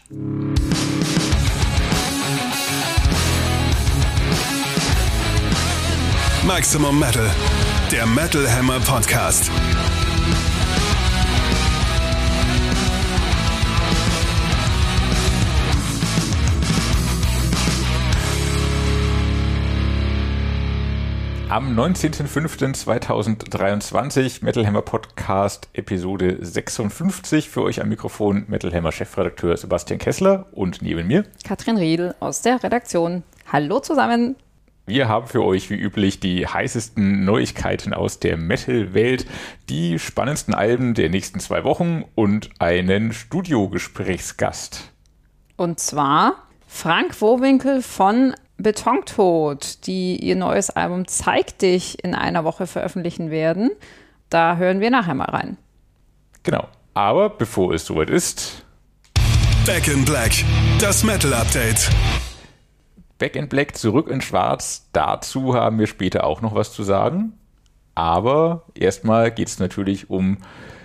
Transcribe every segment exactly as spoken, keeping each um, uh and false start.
Maximum Metal, der Metal Hammer Podcast. Am neunzehnten fünften zweitausenddreiundzwanzig, Metal Hammer Podcast, Episode sechsundfünfzig. Für euch am Mikrofon Metal Hammer Chefredakteur Sebastian Kessler und neben mir Katrin Riedl aus der Redaktion. Hallo zusammen! Wir haben für euch wie üblich die heißesten Neuigkeiten aus der Metal-Welt, die spannendsten Alben der nächsten zwei Wochen und einen Studiogesprächsgast. Und zwar Frank Wohwinkel von Betontod, die ihr neues Album Zeig dich in einer Woche veröffentlichen werden. Da hören wir nachher mal rein. Genau, aber bevor es soweit ist... Back in Black, das Metal Update. Back in Black, zurück in Schwarz, dazu haben wir später auch noch was zu sagen. Aber erstmal geht es natürlich um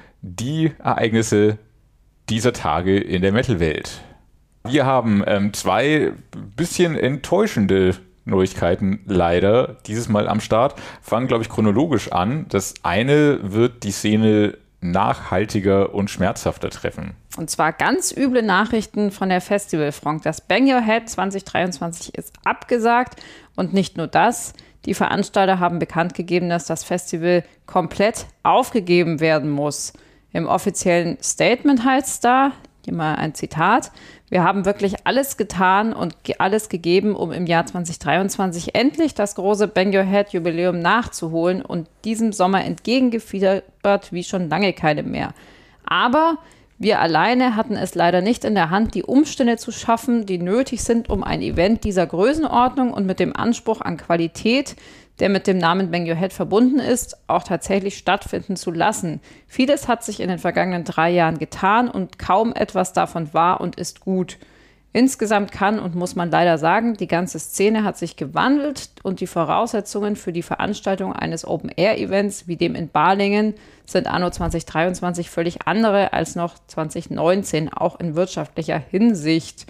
die Ereignisse dieser Tage in der Metal-Welt. Wir haben ähm, zwei bisschen enttäuschende Neuigkeiten leider dieses Mal am Start. Fangen, glaube ich, chronologisch an. Das eine wird die Szene nachhaltiger und schmerzhafter treffen. Und zwar ganz üble Nachrichten von der Festivalfront. Das Bang Your Head zwanzig dreiundzwanzig ist abgesagt und nicht nur das. Die Veranstalter haben bekannt gegeben, dass das Festival komplett aufgegeben werden muss. Im offiziellen Statement heißt es da, hier mal ein Zitat: Wir haben wirklich alles getan und alles gegeben, um im Jahr zwanzig dreiundzwanzig endlich das große Bang Your Head Jubiläum nachzuholen und diesem Sommer entgegengefiebert wie schon lange keine mehr. Aber wir alleine hatten es leider nicht in der Hand, die Umstände zu schaffen, die nötig sind, um ein Event dieser Größenordnung und mit dem Anspruch an Qualität, der mit dem Namen Bang Your Head verbunden ist, auch tatsächlich stattfinden zu lassen. Vieles hat sich in den vergangenen drei Jahren getan und kaum etwas davon war und ist gut. Insgesamt kann und muss man leider sagen, die ganze Szene hat sich gewandelt und die Voraussetzungen für die Veranstaltung eines Open-Air-Events wie dem in Balingen sind anno zwanzig dreiundzwanzig völlig andere als noch zwanzig neunzehn, auch in wirtschaftlicher Hinsicht.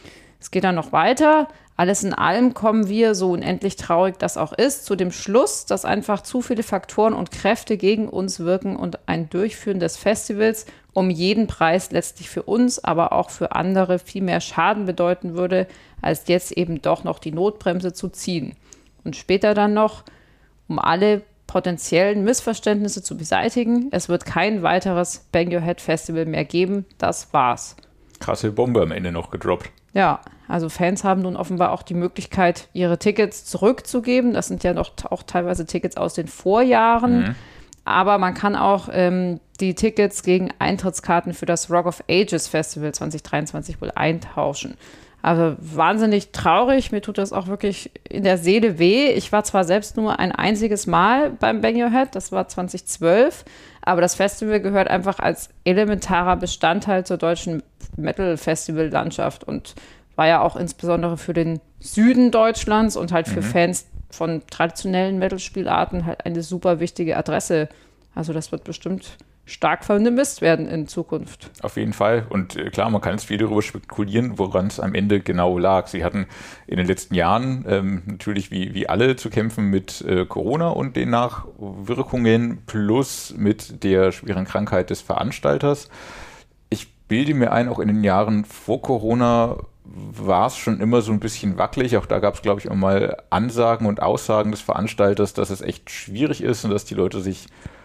Es geht dann noch weiter. Alles in allem kommen wir, so unendlich traurig das auch ist, zu dem Schluss, dass einfach zu viele Faktoren und Kräfte gegen uns wirken und ein Durchführen des Festivals um jeden Preis letztlich für uns, aber auch für andere viel mehr Schaden bedeuten würde, als jetzt eben doch noch die Notbremse zu ziehen. Und später dann noch, um alle potenziellen Missverständnisse zu beseitigen, es wird kein weiteres Bang Your Head Festival mehr geben. Das war's. Krasse Bombe am Ende noch gedroppt. Ja, also Fans haben nun offenbar auch die Möglichkeit, ihre Tickets zurückzugeben. Das sind ja noch t- auch teilweise Tickets aus den Vorjahren. Mhm. Aber man kann auch ähm, die Tickets gegen Eintrittskarten für das Rock of Ages Festival zwanzig dreiundzwanzig wohl eintauschen. Also wahnsinnig traurig. Mir tut das auch wirklich in der Seele weh. Ich war zwar selbst nur ein einziges Mal beim Bang Your Head, das war zwanzig zwölf, aber das Festival gehört einfach als elementarer Bestandteil zur deutschen Metal-Festival-Landschaft und war ja auch insbesondere für den Süden Deutschlands und halt für mhm. Fans von traditionellen Metal-Spielarten halt eine super wichtige Adresse. Also das wird bestimmt stark vermisst werden in Zukunft. Auf jeden Fall. Und äh, klar, man kann jetzt viel darüber spekulieren, woran es am Ende genau lag. Sie hatten in den letzten Jahren ähm, natürlich wie, wie alle zu kämpfen mit äh, Corona und den Nachwirkungen plus mit der schweren Krankheit des Veranstalters. Ich bilde mir ein, auch in den Jahren vor Corona war es schon immer so ein bisschen wackelig. Auch da gab es, glaube ich, immer mal Ansagen und Aussagen des Veranstalters, dass es echt schwierig ist und dass die Leute sich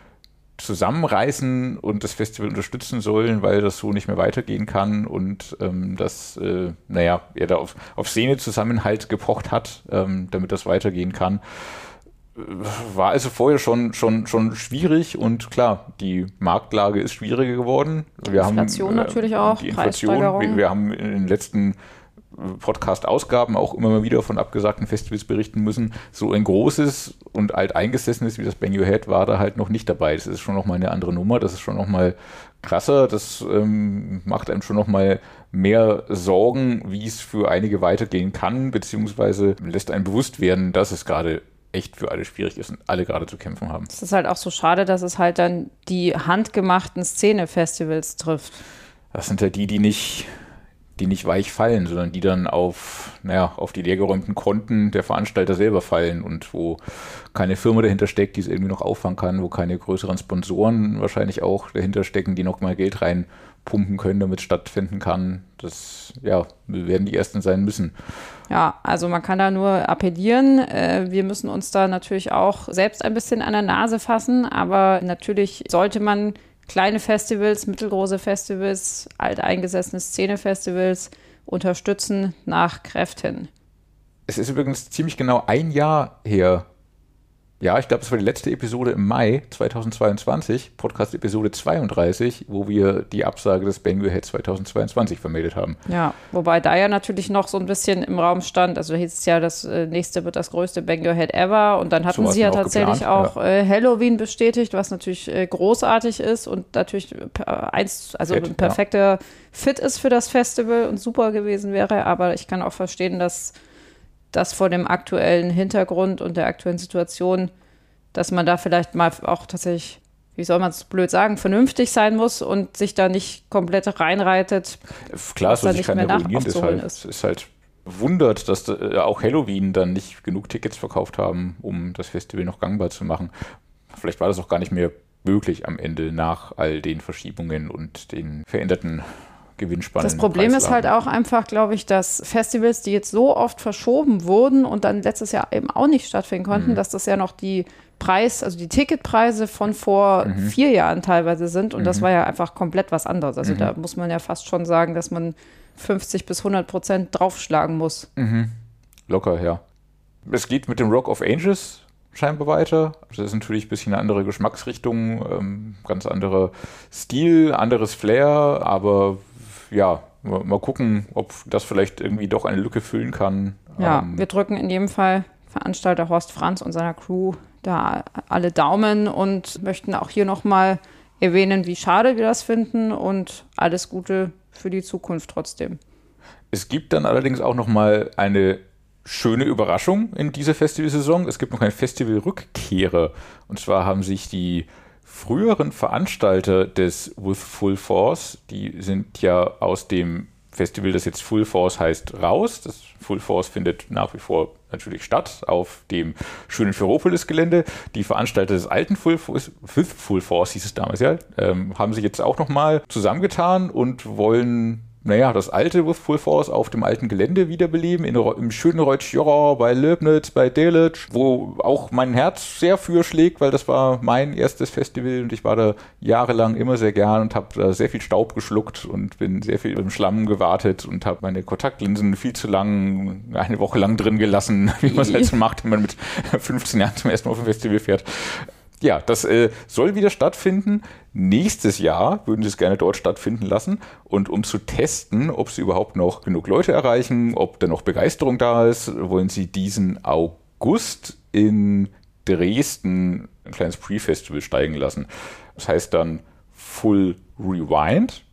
zusammenreißen und das Festival unterstützen sollen, weil das so nicht mehr weitergehen kann und ähm, dass, äh, naja, er da auf, auf Szenezusammenhalt gepocht hat, ähm, damit das weitergehen kann. War also vorher schon, schon, schon schwierig und klar, die Marktlage ist schwieriger geworden. Wir Inflation haben, äh, natürlich auch, die Inflation. Wir, wir haben in den letzten Podcast-Ausgaben auch immer mal wieder von abgesagten Festivals berichten müssen. So ein großes und alteingesessenes wie das Bang Your Head war da halt noch nicht dabei. Das ist schon nochmal eine andere Nummer, das ist schon nochmal krasser, das ähm, macht einem schon nochmal mehr Sorgen, wie es für einige weitergehen kann, beziehungsweise lässt einem bewusst werden, dass es gerade echt für alle schwierig ist und alle gerade zu kämpfen haben. Es ist halt auch so schade, dass es halt dann die handgemachten Szene-Festivals trifft. Das sind ja die, die nicht die nicht weich fallen, sondern die dann auf, naja, auf die leergeräumten Konten der Veranstalter selber fallen und wo keine Firma dahinter steckt, die es irgendwie noch auffangen kann, wo keine größeren Sponsoren wahrscheinlich auch dahinter stecken, die noch mal Geld reinpumpen können, damit es stattfinden kann. Das, ja, wir werden die Ersten sein müssen. Ja, also man kann da nur appellieren. Wir müssen uns da natürlich auch selbst ein bisschen an der Nase fassen, aber natürlich sollte man kleine Festivals, mittelgroße Festivals, alteingesessene Szene-Festivals unterstützen nach Kräften. Es ist übrigens ziemlich genau ein Jahr her. Ja, ich glaube, es war die letzte Episode im Mai zweitausendzweiundzwanzig, Podcast-Episode zweiunddreißig, wo wir die Absage des Bang Your Head zweitausendzweiundzwanzig vermeldet haben. Ja, wobei da ja natürlich noch so ein bisschen im Raum stand, also hieß es ja, das nächste wird das größte Bang Your Head ever und dann hatten so sie ja tatsächlich geplant, auch ja. äh, Halloween bestätigt, was natürlich äh, großartig ist und natürlich äh, eins, also Fit, ein perfekter ja. Fit ist für das Festival und super gewesen wäre, aber ich kann auch verstehen, dass das vor dem aktuellen Hintergrund und der aktuellen Situation, dass man da vielleicht mal auch tatsächlich, wie soll man es blöd sagen, vernünftig sein muss und sich da nicht komplett reinreitet. Klar, so sich keine ruinieren, deshalb ist. Es ist halt wundert, dass da auch Halloween dann nicht genug Tickets verkauft haben, um das Festival noch gangbar zu machen. Vielleicht war das auch gar nicht mehr möglich am Ende nach all den Verschiebungen und den veränderten Das Problem ist halt auch einfach, glaube ich, dass Festivals, die jetzt so oft verschoben wurden und dann letztes Jahr eben auch nicht stattfinden konnten, mhm. dass das ja noch die Preis, also die Ticketpreise von vor mhm. vier Jahren teilweise sind und mhm. das war ja einfach komplett was anderes. Also mhm. da muss man ja fast schon sagen, dass man fünfzig bis hundert Prozent draufschlagen muss. Mhm. Locker, ja. Es geht mit dem Rock of Ages scheinbar weiter. Das ist natürlich ein bisschen eine andere Geschmacksrichtung, ähm, ganz anderer Stil, anderes Flair, aber ja, mal gucken, ob das vielleicht irgendwie doch eine Lücke füllen kann. Ja, ähm, wir drücken in jedem Fall Veranstalter Horst Franz und seiner Crew da alle Daumen und möchten auch hier nochmal erwähnen, wie schade wir das finden und alles Gute für die Zukunft trotzdem. Es gibt dann allerdings auch nochmal eine schöne Überraschung in dieser Festivalsaison. Es gibt noch einen Festival-Rückkehrer. Und zwar haben sich die früheren Veranstalter des With Full Force, die sind ja aus dem Festival, das jetzt Full Force heißt, raus. Das Full Force findet nach wie vor natürlich statt auf dem schönen Ferropolis-Gelände. Die Veranstalter des alten Full Force, With Full Force hieß es damals ja, ähm, haben sich jetzt auch nochmal zusammengetan und wollen naja, das alte With Full Force auf dem alten Gelände wiederbeleben, in, im schönen Reutschjorra, bei Löbnitz, bei Delitzsch, wo auch mein Herz sehr für schlägt, weil das war mein erstes Festival und ich war da jahrelang immer sehr gern und habe da sehr viel Staub geschluckt und bin sehr viel im Schlamm gewartet und habe meine Kontaktlinsen viel zu lang, eine Woche lang drin gelassen, wie man es halt so macht, wenn man mit fünfzehn Jahren zum ersten Mal auf ein Festival fährt. Ja, das äh, soll wieder stattfinden. Nächstes Jahr würden sie es gerne dort stattfinden lassen. Und um zu testen, ob sie überhaupt noch genug Leute erreichen, ob da noch Begeisterung da ist, wollen sie diesen August in Dresden ein kleines Pre-Festival steigen lassen. Das heißt dann Full Rewind.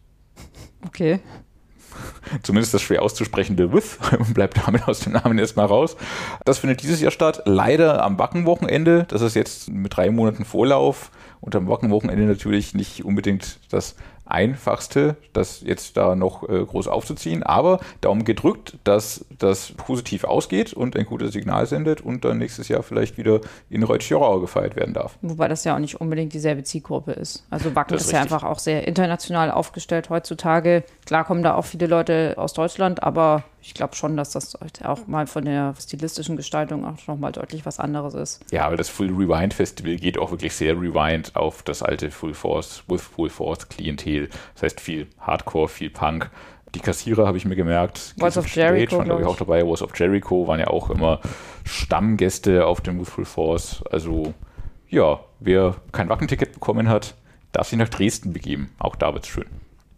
Okay. Zumindest das schwer auszusprechende With bleibt damit aus dem Namen erstmal raus. Das findet dieses Jahr statt, leider am Wackenwochenende. Das ist jetzt mit drei Monaten Vorlauf und am Wackenwochenende natürlich nicht unbedingt das Einfachste, das jetzt da noch äh, groß aufzuziehen. Aber Daumen gedrückt, dass das positiv ausgeht und ein gutes Signal sendet und dann nächstes Jahr vielleicht wieder in Reutschjorra gefeiert werden darf. Wobei das ja auch nicht unbedingt dieselbe Zielgruppe ist. Also Wacken ist, ist ja einfach auch sehr international aufgestellt heutzutage. Klar kommen da auch viele Leute aus Deutschland, aber ich glaube schon, dass das auch mal von der stilistischen Gestaltung auch nochmal deutlich was anderes ist. Ja, aber das Full Rewind Festival geht auch wirklich sehr Rewind auf das alte Full Force, With Full Force Klientel. Das heißt viel Hardcore, viel Punk. Die Kassierer habe ich mir gemerkt. Walls of Jericho, waren glaube ich auch dabei. Walls of Jericho waren ja auch immer Stammgäste auf dem With Full Force. Also ja, wer kein Wackenticket bekommen hat, darf sich nach Dresden begeben. Auch da wird es schön.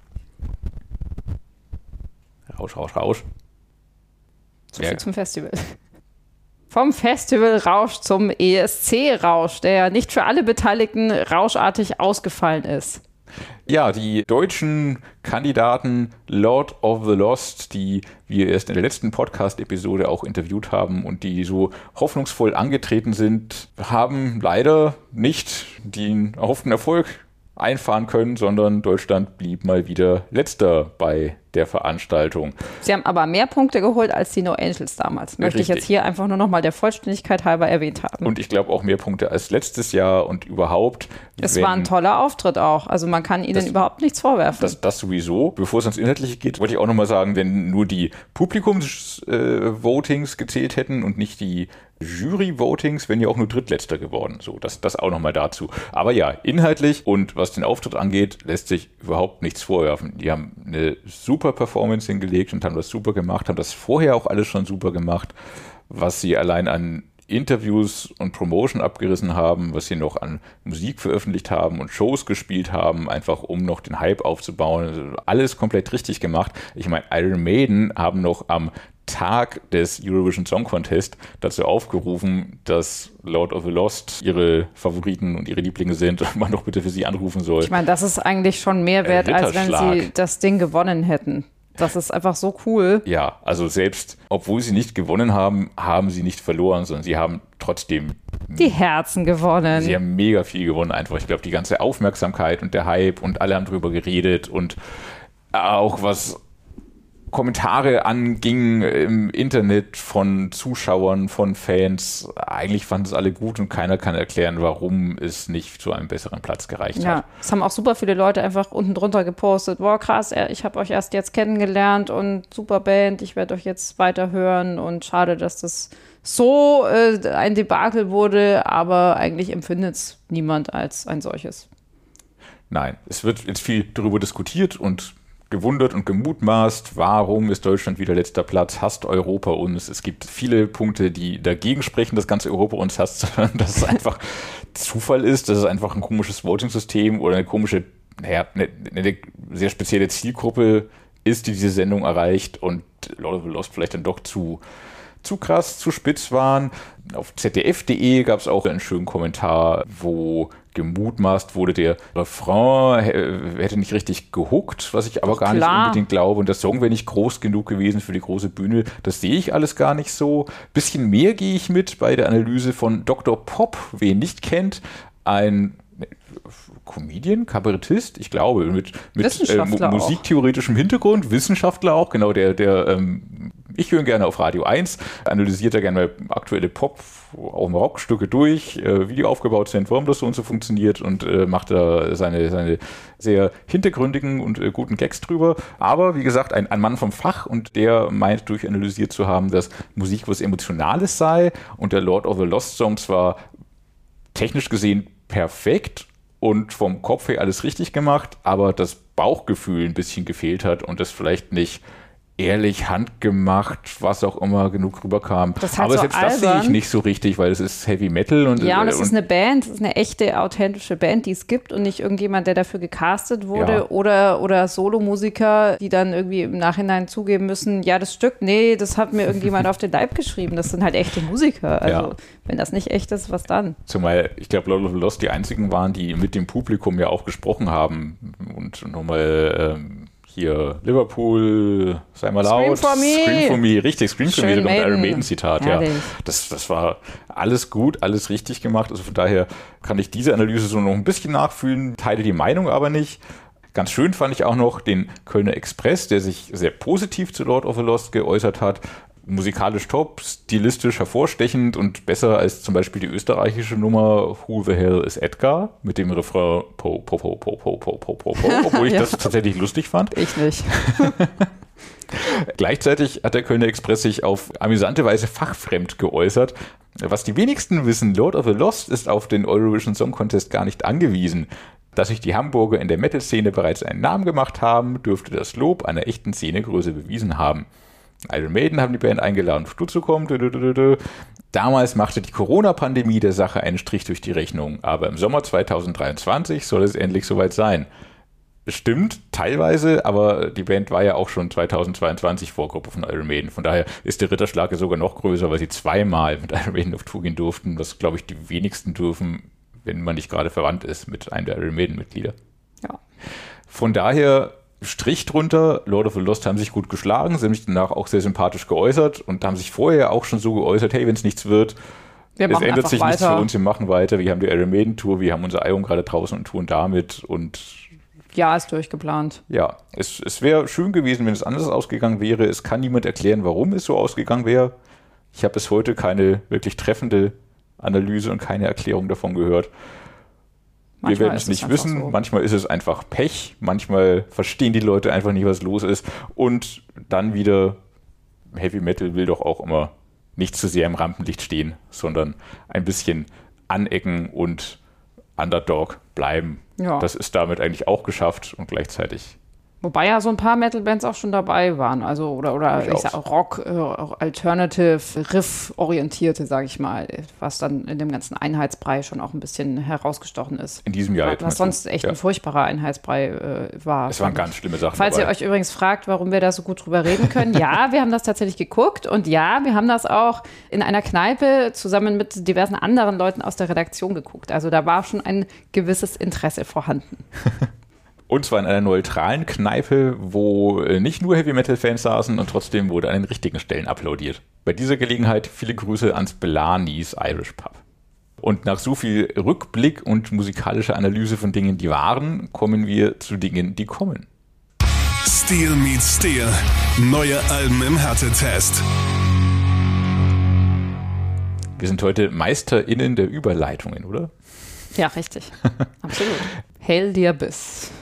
Rausch, Rausch, Rausch. So viel ja. zum Festival. Vom Festival-Rausch zum E S C-Rausch, der nicht für alle Beteiligten rauschartig ausgefallen ist. Ja, die deutschen Kandidaten Lord of the Lost, die wir erst in der letzten Podcast-Episode auch interviewt haben und die so hoffnungsvoll angetreten sind, haben leider nicht den erhofften Erfolg einfahren können, sondern Deutschland blieb mal wieder Letzter bei der Veranstaltung. Sie haben aber mehr Punkte geholt als die No Angels damals. Möchte Richtig. ich jetzt hier einfach nur noch mal der Vollständigkeit halber erwähnt haben. Und ich glaube auch mehr Punkte als letztes Jahr und überhaupt. Es war ein toller Auftritt auch. Also man kann ihnen das, überhaupt nichts vorwerfen. Das, das sowieso. Bevor es ans Inhaltliche geht, wollte ich auch nochmal sagen, wenn nur die Publikums-Votings äh, gezählt hätten und nicht die Jury-Votings, wären ja auch nur Drittletzter geworden. So, das, das auch nochmal dazu. Aber ja, inhaltlich und was den Auftritt angeht, lässt sich überhaupt nichts vorwerfen. Die haben eine super Performance hingelegt und haben das super gemacht, haben das vorher auch alles schon super gemacht, was sie allein an Interviews und Promotion abgerissen haben, was sie noch an Musik veröffentlicht haben und Shows gespielt haben, einfach um noch den Hype aufzubauen. Also alles komplett richtig gemacht. Ich meine, Iron Maiden haben noch am Tag des Eurovision Song Contest dazu aufgerufen, dass Lord of the Lost ihre Favoriten und ihre Lieblinge sind und man doch bitte für sie anrufen soll. Ich meine, das ist eigentlich schon mehr wert, als wenn sie das Ding gewonnen hätten. Das ist einfach so cool. Ja, also selbst, obwohl sie nicht gewonnen haben, haben sie nicht verloren, sondern sie haben trotzdem die Herzen gewonnen. Sie haben mega viel gewonnen einfach. Ich glaube, die ganze Aufmerksamkeit und der Hype und alle haben drüber geredet und auch was Kommentare anging im Internet von Zuschauern, von Fans. Eigentlich fanden es alle gut und keiner kann erklären, warum es nicht zu einem besseren Platz gereicht ja, hat. Es haben auch super viele Leute einfach unten drunter gepostet. Boah, krass, ich habe euch erst jetzt kennengelernt und super Band, ich werde euch jetzt weiter hören und schade, dass das so äh, ein Debakel wurde, aber eigentlich empfindet es niemand als ein solches. Nein, es wird jetzt viel darüber diskutiert und gewundert und gemutmaßt, warum ist Deutschland wieder letzter Platz, hasst Europa uns. Es gibt viele Punkte, die dagegen sprechen, dass ganz Europa uns hasst, sondern dass es einfach Zufall ist, dass es einfach ein komisches Voting-System oder eine komische, naja, eine, eine sehr spezielle Zielgruppe ist, die diese Sendung erreicht und Lord of the Lost vielleicht dann doch zu zu krass, zu spitz waren. Auf z d f punkt d e gab es auch einen schönen Kommentar, wo gemutmaßt wurde, der Refrain hätte nicht richtig gehuckt, was ich aber gar Klar. nicht unbedingt glaube. Und der Song wäre nicht groß genug gewesen für die große Bühne. Das sehe ich alles gar nicht so. Bisschen mehr gehe ich mit bei der Analyse von Doktor Pop. Wer ihn nicht kennt, ein Comedian, Kabarettist, ich glaube, mit, mit äh, musiktheoretischem Hintergrund, Wissenschaftler auch, genau, der, der ähm, ich höre gerne auf Radio eins, analysiert er gerne mal aktuelle Pop, auch mal Rockstücke durch, äh, wie die aufgebaut sind, warum das so und so funktioniert und äh, macht da seine, seine sehr hintergründigen und äh, guten Gags drüber. Aber wie gesagt, ein, ein Mann vom Fach und der meint durchanalysiert zu haben, dass Musik was Emotionales sei und der Lord of the Lost Song zwar technisch gesehen perfekt und vom Kopf her alles richtig gemacht, aber das Bauchgefühl ein bisschen gefehlt hat und das vielleicht nicht ehrlich, handgemacht, was auch immer genug rüberkam. Das halt aber so selbst das sehe ich albern. nicht so richtig, weil es ist Heavy Metal. Und, ja, und es und ist eine Band, es ist eine echte, authentische Band, die es gibt und nicht irgendjemand, der dafür gecastet wurde Ja. oder, oder Solomusiker, die dann irgendwie im Nachhinein zugeben müssen, ja, das Stück, nee, das hat mir irgendjemand auf den Leib geschrieben. Das sind halt echte Musiker. Also, Ja. wenn das nicht echt ist, was dann? Zumal, ich glaube, Lord of the Lost die einzigen waren, die mit dem Publikum ja auch gesprochen haben und nochmal ähm, hier Liverpool, sei mal laut. Scream for me. Scream for me, richtig, Scream for me, Schön sogar ein Iron Maiden. Maiden Zitat, ja. Herrlich. Das, das war alles gut, alles richtig gemacht. Also von daher kann ich diese Analyse so noch ein bisschen nachfühlen, teile die Meinung aber nicht. Ganz schön fand ich auch noch den Kölner Express, der sich sehr positiv zu Lord of the Lost geäußert hat. Musikalisch top, stilistisch hervorstechend und besser als zum Beispiel die österreichische Nummer Who the Hell is Edgar mit dem Refrain Po, Po, Po, Po, Po, Po, Po, Po, Po, obwohl ich Ja. das tatsächlich lustig fand. Ich nicht. Gleichzeitig hat der Kölner Express sich auf amüsante Weise fachfremd geäußert. Was die wenigsten wissen, Lord of the Lost ist auf den Eurovision Song Contest gar nicht angewiesen. Dass sich die Hamburger in der Metal-Szene bereits einen Namen gemacht haben, dürfte das Lob einer echten Szenegröße bewiesen haben. Iron Maiden haben die Band eingeladen, um zu kommen. Damals machte die Corona-Pandemie der Sache einen Strich durch die Rechnung, aber im Sommer zweitausenddreiundzwanzig soll es endlich soweit sein. Stimmt, teilweise, aber die Band war ja auch schon zweitausendzweiundzwanzig Vorgruppe von Iron Maiden. Von daher ist der Ritterschlag ja sogar noch größer, weil sie zweimal mit Iron Maiden auf Tour gehen durften, was, glaube ich, die wenigsten dürfen, wenn man nicht gerade verwandt ist mit einem der Iron Maiden-Mitglieder. Ja. Von daher Strich drunter, Lord of the Lost haben sich gut geschlagen, sie haben sich danach auch sehr sympathisch geäußert und haben sich vorher auch schon so geäußert, hey, wenn es nichts wird, Wir es machen ändert einfach sich nichts weiter. für uns, wir machen weiter, wir haben die Iron Maiden Tour, wir haben unser Album gerade draußen und tun damit und Ja, ist durchgeplant. Ja, es, es wäre schön gewesen, wenn es anders ausgegangen wäre. Es kann niemand erklären, warum es so ausgegangen wäre. Ich habe bis heute keine wirklich treffende Analyse und keine Erklärung davon gehört. Manchmal wir werden es nicht wissen. So. Manchmal ist es einfach Pech. Manchmal verstehen die Leute einfach nicht, was los ist. Und dann wieder, Heavy Metal will doch auch immer nicht zu sehr im Rampenlicht stehen, sondern ein bisschen anecken und Underdog bleiben. Ja. Das ist damit eigentlich auch geschafft und gleichzeitig. Wobei ja so ein paar Metal-Bands auch schon dabei waren, also oder, oder ich sag Rock, äh, Alternative, Riff-orientierte, sage ich mal, was dann in dem ganzen Einheitsbrei schon auch ein bisschen herausgestochen ist. In diesem Jahr. Was, was sonst echt ja. ein furchtbarer Einheitsbrei äh, war. Es waren ganz schlimme Sachen Falls dabei. Ihr euch übrigens fragt, warum wir da so gut drüber reden können, ja, wir haben das tatsächlich geguckt und ja, wir haben das auch in einer Kneipe zusammen mit diversen anderen Leuten aus der Redaktion geguckt. Also da war schon ein gewisses Interesse vorhanden. Und zwar in einer neutralen Kneipe, wo nicht nur Heavy-Metal-Fans saßen und trotzdem wurde an den richtigen Stellen applaudiert. Bei dieser Gelegenheit viele Grüße ans Belanis Irish Pub. Und nach so viel Rückblick und musikalischer Analyse von Dingen, die waren, kommen wir zu Dingen, die kommen. Steel meets Steel. Neue Alben im Härtetest. Wir sind heute MeisterInnen der Überleitungen, oder? Ja, richtig. Absolut. Hail the Abyss.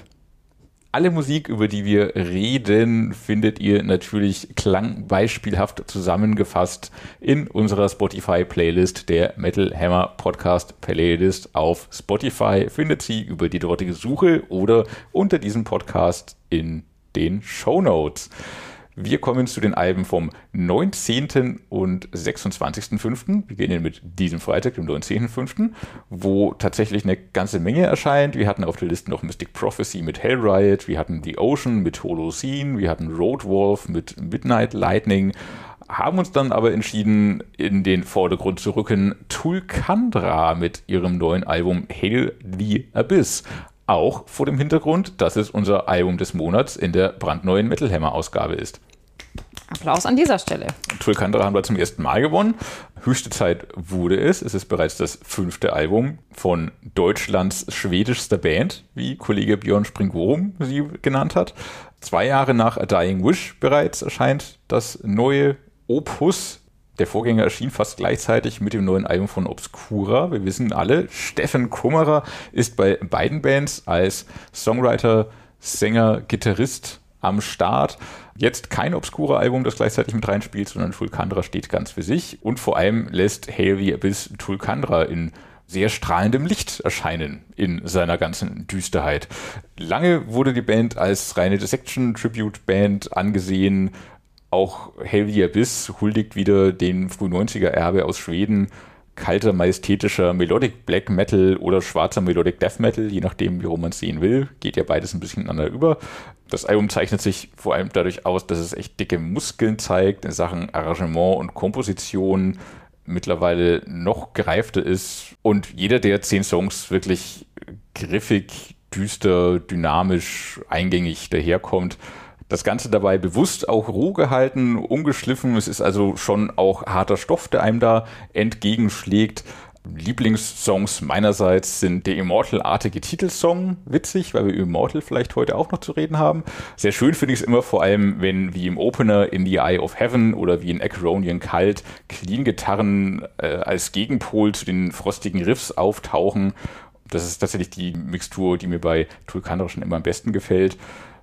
Alle Musik, über die wir reden, findet ihr natürlich klangbeispielhaft zusammengefasst in unserer Spotify-Playlist, der Metal Hammer Podcast Playlist auf Spotify. Findet sie über die dortige Suche oder unter diesem Podcast in den Shownotes. Wir kommen zu den Alben vom neunzehnten und sechsundzwanzigsten fünften Wir beginnen mit diesem Freitag, dem neunzehnten fünften wo tatsächlich eine ganze Menge erscheint. Wir hatten auf der Liste noch Mystic Prophecy mit Hell Riot, wir hatten The Ocean mit Holocene, wir hatten Roadwolf mit Midnight Lightning, haben uns dann aber entschieden, in den Vordergrund zu rücken, Tulkandra mit ihrem neuen Album Hail the Abyss. Auch vor dem Hintergrund, dass es unser Album des Monats in der brandneuen Metal Hammer Ausgabe ist. Applaus an dieser Stelle. Tulkandra haben wir zum ersten Mal gewonnen. Höchste Zeit wurde es. Es ist bereits das fünfte Album von Deutschlands schwedischster Band, wie Kollege Björn Springworum sie genannt hat. Zwei Jahre nach A Dying Wish bereits erscheint das neue Opus. Der Vorgänger erschien fast gleichzeitig mit dem neuen Album von Obscura. Wir wissen alle, Steffen Kummerer ist bei beiden Bands als Songwriter, Sänger, Gitarrist am Start. Jetzt kein Obscura-Album, das gleichzeitig mit reinspielt, sondern Tulkandra steht ganz für sich. Und vor allem lässt Hail the Abyss Tulkandra in sehr strahlendem Licht erscheinen in seiner ganzen Düsterheit. Lange wurde die Band als reine Dissection-Tribute-Band angesehen. Auch Hail the Abyss huldigt wieder den Früh-neunziger-Erbe aus Schweden. Kalter, majestätischer Melodic Black Metal oder schwarzer Melodic Death Metal, je nachdem, wie rum man es sehen will. Geht ja beides ein bisschen ineinander über. Das Album zeichnet sich vor allem dadurch aus, dass es echt dicke Muskeln zeigt in Sachen Arrangement und Komposition, mittlerweile noch gereifter ist. Und jeder der zehn Songs wirklich griffig, düster, dynamisch, eingängig daherkommt. Das Ganze dabei bewusst auch roh gehalten, ungeschliffen. Es ist also schon auch harter Stoff, der einem da entgegenschlägt. Lieblingssongs meinerseits sind der Immortal-artige Titelsong, witzig, weil wir über Immortal vielleicht heute auch noch zu reden haben. Sehr schön finde ich es immer, vor allem wenn wie im Opener In the Eye of Heaven oder wie in Aceronian Cult Clean-Gitarren äh, als Gegenpol zu den frostigen Riffs auftauchen. Das ist tatsächlich die Mixtur, die mir bei Tulkandra schon immer am besten gefällt.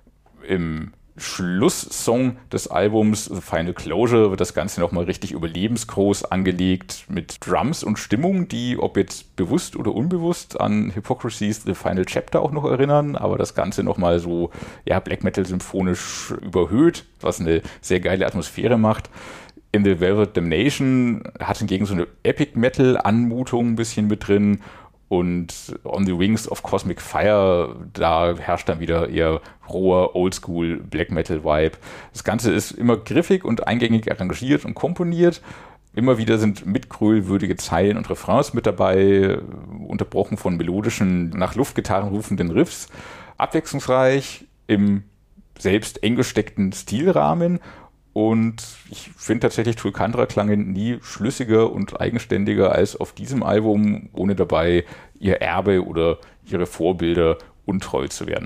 Im Schlusssong des Albums, The Final Closure, wird das Ganze nochmal richtig überlebensgroß angelegt mit Drums und Stimmung, die, ob jetzt bewusst oder unbewusst, an Hypocrisy's The Final Chapter auch noch erinnern, aber das Ganze nochmal so, ja, Black Metal symphonisch überhöht, was eine sehr geile Atmosphäre macht. In The Velvet Damnation hat hingegen so eine Epic Metal Anmutung ein bisschen mit drin. Und On the Wings of Cosmic Fire, da herrscht dann wieder eher roher Oldschool Black Metal Vibe. Das Ganze ist immer griffig und eingängig arrangiert und komponiert. Immer wieder sind mitgrölwürdige Zeilen und Refrains mit dabei, unterbrochen von melodischen, nach Luftgitarren rufenden Riffs. Abwechslungsreich im selbst eng gesteckten Stilrahmen. Und ich finde tatsächlich, Tulkandra klangen nie schlüssiger und eigenständiger als auf diesem Album, ohne dabei ihr Erbe oder ihre Vorbilder untreu zu werden.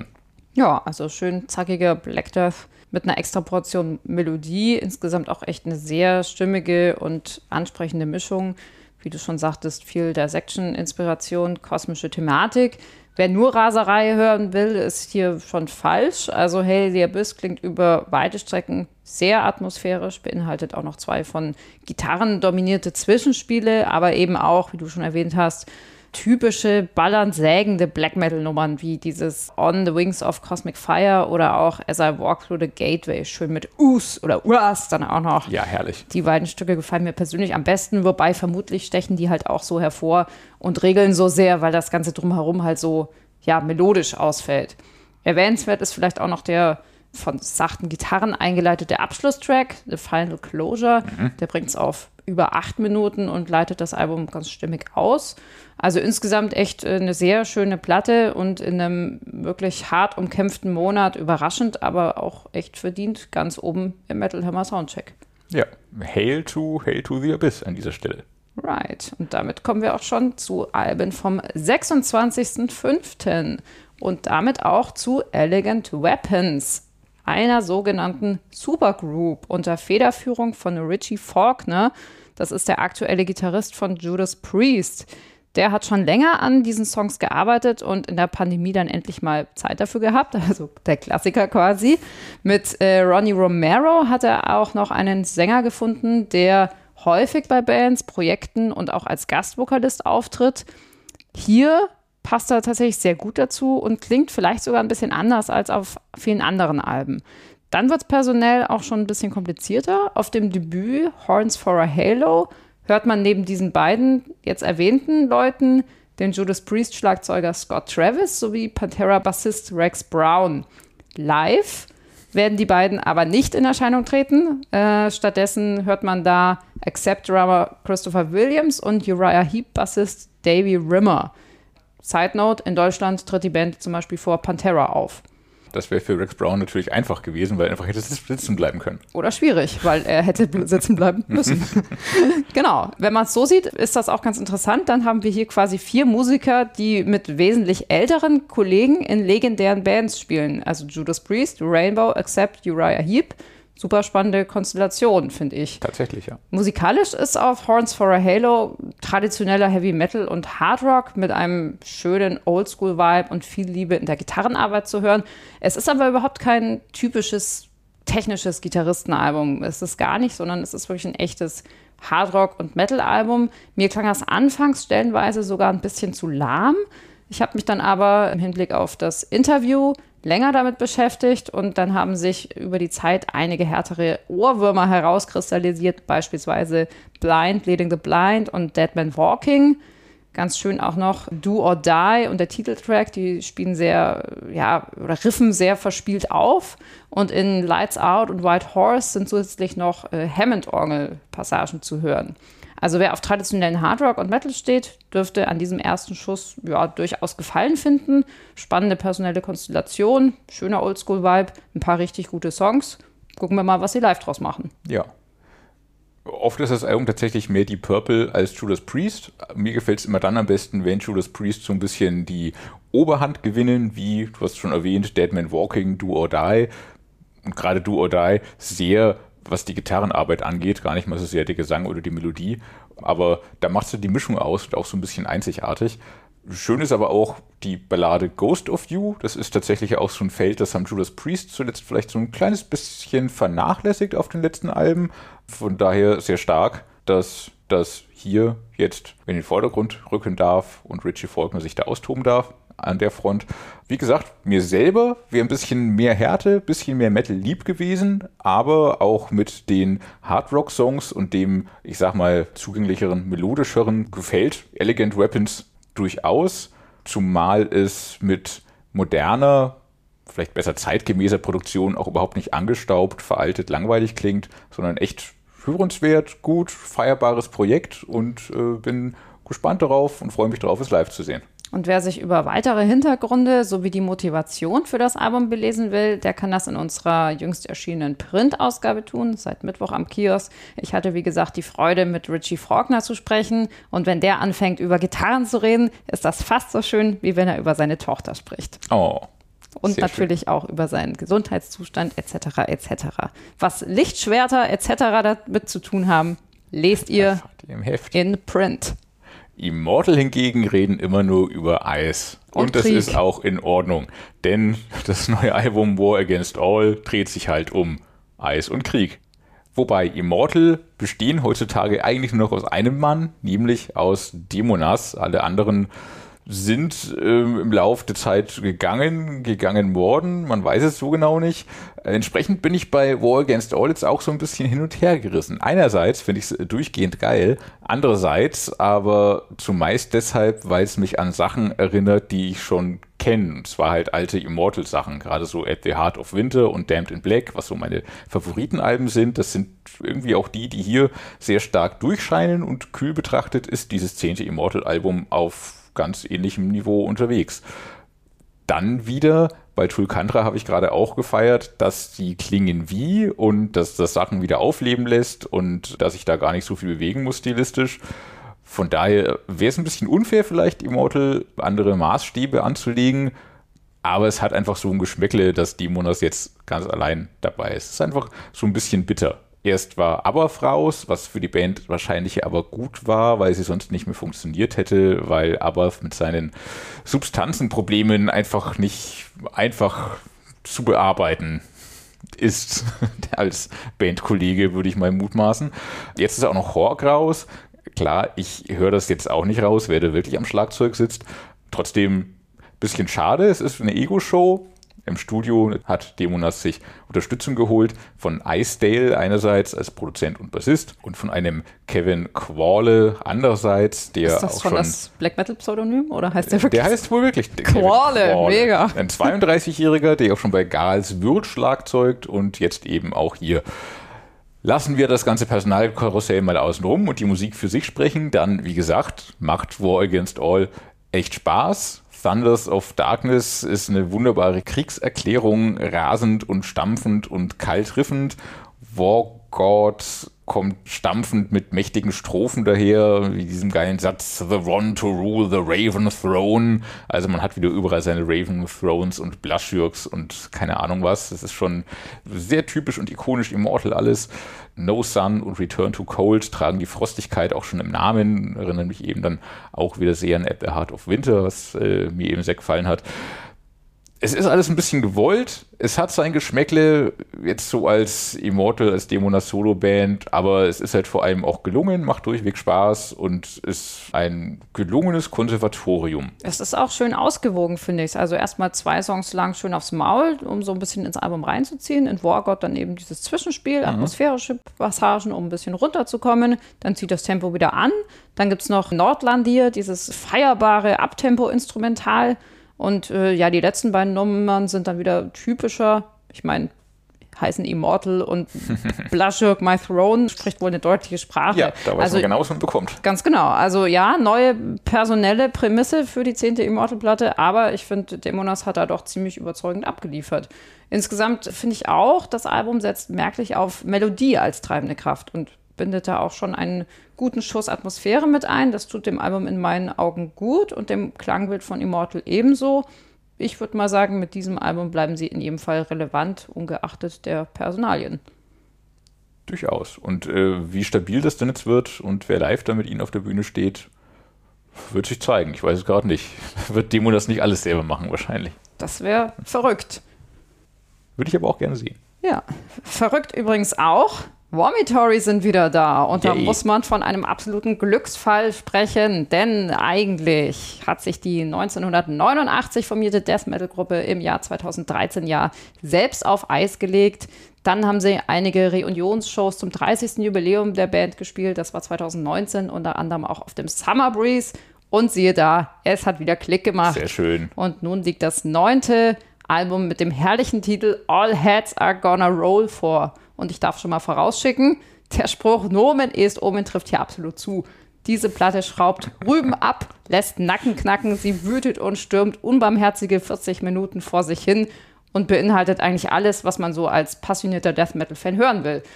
Ja, also schön zackiger Black Death mit einer extra Portion Melodie. Insgesamt auch echt eine sehr stimmige und ansprechende Mischung. Wie du schon sagtest, viel der Section-Inspiration, kosmische Thematik. Wer nur Raserei hören will, ist hier schon falsch. Also Hail the Abyss klingt über weite Strecken sehr atmosphärisch, beinhaltet auch noch zwei von Gitarren dominierte Zwischenspiele, aber eben auch, wie du schon erwähnt hast, typische ballernd sägende Black-Metal-Nummern wie dieses On the Wings of Cosmic Fire oder auch As I Walk Through the Gateway, schön mit Us oder Uas dann auch noch. Ja, herrlich. Die beiden Stücke gefallen mir persönlich am besten, wobei vermutlich stechen die halt auch so hervor und regeln so sehr, weil das Ganze drumherum halt so, ja, melodisch ausfällt. Erwähnenswert ist vielleicht auch noch der von sachten Gitarren eingeleitete Abschlusstrack, The Final Closure. Mhm. Der bringt es auf über acht Minuten und leitet das Album ganz stimmig aus. Also insgesamt echt eine sehr schöne Platte und in einem wirklich hart umkämpften Monat überraschend, aber auch echt verdient ganz oben im Metal Hammer Soundcheck. Ja, Hail to, Hail to the Abyss an dieser Stelle. Right. Und damit kommen wir auch schon zu Alben vom sechsundzwanzigsten fünften und damit auch zu Elegant Weapons, einer sogenannten Supergroup unter Federführung von Richie Faulkner. Das ist der aktuelle Gitarrist von Judas Priest. Der hat schon länger an diesen Songs gearbeitet und in der Pandemie dann endlich mal Zeit dafür gehabt, also der Klassiker quasi. Mit äh, Ronnie Romero hat er auch noch einen Sänger gefunden, der häufig bei Bands, Projekten und auch als Gastvokalist auftritt. Hier passt er tatsächlich sehr gut dazu und klingt vielleicht sogar ein bisschen anders als auf vielen anderen Alben. Dann wird es personell auch schon ein bisschen komplizierter. Auf dem Debüt Horns for a Halo hört man neben diesen beiden jetzt erwähnten Leuten den Judas Priest Schlagzeuger Scott Travis sowie Pantera-Bassist Rex Brown. Live werden die beiden aber nicht in Erscheinung treten. Äh, stattdessen hört man da Accept-Drummer Christopher Williams und Uriah Heep-Bassist Davey Rimmer. Side Note, in Deutschland tritt die Band zum Beispiel vor Pantera auf. Das wäre für Rex Brown natürlich einfach gewesen, weil er einfach hätte sitzen bleiben können. Oder schwierig, weil er hätte sitzen bleiben müssen. Genau, wenn man es so sieht, ist das auch ganz interessant. Dann haben wir hier quasi vier Musiker, die mit wesentlich älteren Kollegen in legendären Bands spielen. Also Judas Priest, Rainbow, Accept, Uriah Heep. Super spannende Konstellation, finde ich. Tatsächlich, ja. Musikalisch ist auf Horns for a Halo traditioneller Heavy Metal und Hard Rock mit einem schönen Oldschool-Vibe und viel Liebe in der Gitarrenarbeit zu hören. Es ist aber überhaupt kein typisches technisches Gitarristenalbum. Es ist gar nicht, sondern es ist wirklich ein echtes Hard Rock- und Metal-Album. Mir klang das anfangs stellenweise sogar ein bisschen zu lahm. Ich habe mich dann aber im Hinblick auf das Interview länger damit beschäftigt und dann haben sich über die Zeit einige härtere Ohrwürmer herauskristallisiert, beispielsweise Blind Leading the Blind und Dead Man Walking. Ganz schön auch noch Do or Die und der Titeltrack, die spielen sehr, ja, oder riffen sehr verspielt auf. Und in Lights Out und White Horse sind zusätzlich noch äh, Hammond-Orgel-Passagen zu hören. Also wer auf traditionellen Hardrock und Metal steht, dürfte an diesem ersten Schuss ja durchaus Gefallen finden. Spannende personelle Konstellation, schöner Oldschool-Vibe, ein paar richtig gute Songs. Gucken wir mal, was sie live draus machen. Ja. Oft ist das Album tatsächlich mehr Deep Purple als Judas Priest. Mir gefällt es immer dann am besten, wenn Judas Priest so ein bisschen die Oberhand gewinnen, wie, du hast schon erwähnt, Dead Man Walking, Do or Die. Und gerade Do or Die sehr, was die Gitarrenarbeit angeht, gar nicht mal so sehr der Gesang oder die Melodie, aber da macht du die Mischung aus und auch so ein bisschen einzigartig. Schön ist aber auch die Ballade Ghost of You. Das ist tatsächlich auch so ein Feld, das haben Judas Priest zuletzt vielleicht so ein kleines bisschen vernachlässigt auf den letzten Alben. Von daher sehr stark, dass das hier jetzt in den Vordergrund rücken darf und Richie Faulkner sich da austoben darf an der Front. Wie gesagt, mir selber wäre ein bisschen mehr Härte, ein bisschen mehr Metal lieb gewesen, aber auch mit den Hard-Rock-Songs und dem, ich sag mal, zugänglicheren, melodischeren gefällt Elegant Weapons durchaus, zumal es mit moderner, vielleicht besser zeitgemäßer Produktion auch überhaupt nicht angestaubt, veraltet, langweilig klingt, sondern echt hörenswert, gut, feierbares Projekt und äh, bin gespannt darauf und freue mich darauf, es live zu sehen. Und wer sich über weitere Hintergründe sowie die Motivation für das Album belesen will, der kann das in unserer jüngst erschienenen Printausgabe tun, seit Mittwoch am Kiosk. Ich hatte, wie gesagt, die Freude, mit Richie Faulkner zu sprechen. Und wenn der anfängt, über Gitarren zu reden, ist das fast so schön, wie wenn er über seine Tochter spricht. Oh, Und Sehr natürlich schön. auch über seinen Gesundheitszustand et cetera et cetera. Was Lichtschwerter et cetera damit zu tun haben, lest ihr Erfahrt ihr im Heft. in Print. Immortal hingegen reden immer nur über Eis. Und, Und das Krieg. ist auch in Ordnung. Denn das neue Album War Against All dreht sich halt um Eis und Krieg. Wobei Immortal bestehen heutzutage eigentlich nur noch aus einem Mann, nämlich aus Demonas. Alle anderen sind ähm, im Laufe der Zeit gegangen, gegangen worden. Man weiß es so genau nicht. Äh, entsprechend bin ich bei War Against All jetzt auch so ein bisschen hin und her gerissen. Einerseits finde ich es durchgehend geil, andererseits aber zumeist deshalb, weil es mich an Sachen erinnert, die ich schon kenne. Und zwar halt alte Immortal-Sachen, gerade so At the Heart of Winter und Damned in Black, was so meine Favoritenalben sind. Das sind irgendwie auch die, die hier sehr stark durchscheinen, und kühl betrachtet ist dieses zehnte Immortal-Album auf ganz ähnlichem Niveau unterwegs. Dann wieder, bei Tulkantra habe ich gerade auch gefeiert, dass die klingen wie und dass das Sachen wieder aufleben lässt und dass ich da gar nicht so viel bewegen muss stilistisch. Von daher wäre es ein bisschen unfair, vielleicht Immortal andere Maßstäbe anzulegen, aber es hat einfach so ein Geschmäckle, dass Demonas jetzt ganz allein dabei ist. Es ist einfach so ein bisschen bitter. Erst war Abath raus, was für die Band wahrscheinlich aber gut war, weil sie sonst nicht mehr funktioniert hätte, weil Abath mit seinen Substanzenproblemen einfach nicht einfach zu bearbeiten ist als Bandkollege, würde ich mal mutmaßen. Jetzt ist auch noch Hork raus. Klar, ich höre das jetzt auch nicht raus, wer da wirklich am Schlagzeug sitzt. Trotzdem ein bisschen schade, es ist eine Ego-Show. Im Studio hat Demonas sich Unterstützung geholt von Icedale einerseits als Produzent und Bassist und von einem Kevin Quale andererseits, der Ist das auch schon schon das Black Metal Pseudonym oder heißt der wirklich? der heißt wohl wirklich Kevin Quale, mega. Ein zweiunddreißigjähriger, der auch schon bei Gals Würth schlagzeugt und jetzt eben auch hier. Lassen wir das ganze Personalkarussell mal außen rum und die Musik für sich sprechen, dann, wie gesagt, macht War Against All echt Spaß. Thunders of Darkness ist eine wunderbare Kriegserklärung, rasend und stampfend und kalt riffend. War God kommt stampfend mit mächtigen Strophen daher, wie diesem geilen Satz, The One to Rule the Raven Throne. Also man hat wieder überall seine Raven Thrones und Blushyrks und keine Ahnung was. Das ist schon sehr typisch und ikonisch Immortal alles. No Sun und Return to Cold tragen die Frostigkeit auch schon im Namen, erinnern mich eben dann auch wieder sehr an At the Heart of Winter, was äh, mir eben sehr gefallen hat. Es ist alles ein bisschen gewollt, es hat sein Geschmäckle, jetzt so als Immortal, als Demonas Solo-Band, aber es ist halt vor allem auch gelungen, macht durchweg Spaß und ist ein gelungenes Konservatorium. Es ist auch schön ausgewogen, finde ich. Also erstmal zwei Songs lang schön aufs Maul, um so ein bisschen ins Album reinzuziehen. In War God dann eben dieses Zwischenspiel, atmosphärische Passagen, um ein bisschen runterzukommen. Dann zieht das Tempo wieder an. Dann gibt es noch Nordlandier, dieses feierbare Abtempo-Instrumental. Und äh, ja, die letzten beiden Nummern sind dann wieder typischer. Ich meine, heißen Immortal und Blushyrk, My Throne spricht wohl eine deutliche Sprache. Ja, da weiß also, man genau, was man bekommt. Ganz genau. Also ja, neue personelle Prämisse für die zehnte Immortal-Platte, aber ich finde, Demonas hat da doch ziemlich überzeugend abgeliefert. Insgesamt finde ich auch, das Album setzt merklich auf Melodie als treibende Kraft und bindet da auch schon einen guten Schuss Atmosphäre mit ein. Das tut dem Album in meinen Augen gut und dem Klangbild von Immortal ebenso. Ich würde mal sagen, mit diesem Album bleiben sie in jedem Fall relevant, ungeachtet der Personalien. Durchaus. Und äh, wie stabil das denn jetzt wird und wer live da mit ihnen auf der Bühne steht, wird sich zeigen. Ich weiß es gerade nicht. Wird Demo das nicht alles selber machen wahrscheinlich. Das wäre verrückt. Würde ich aber auch gerne sehen. Ja, verrückt übrigens auch. Vomitory sind wieder da und da Yay. muss man von einem absoluten Glücksfall sprechen, denn eigentlich hat sich die neunzehnhundertneunundachtzig formierte Death-Metal-Gruppe im Jahr zweitausenddreizehn ja selbst auf Eis gelegt. Dann haben sie einige Reunionsshows zum dreißigsten Jubiläum der Band gespielt, das war zweitausendneunzehn, unter anderem auch auf dem Summer Breeze und siehe da, es hat wieder Klick gemacht. Sehr schön. Und nun liegt das neunte Album mit dem herrlichen Titel All Heads Are Gonna Roll vor. Und ich darf schon mal vorausschicken, der Spruch Nomen est Omen trifft hier absolut zu. Diese Platte schraubt Rüben ab, lässt Nacken knacken, sie wütet und stürmt unbarmherzige vierzig Minuten vor sich hin und beinhaltet eigentlich alles, was man so als passionierter Death-Metal-Fan hören will.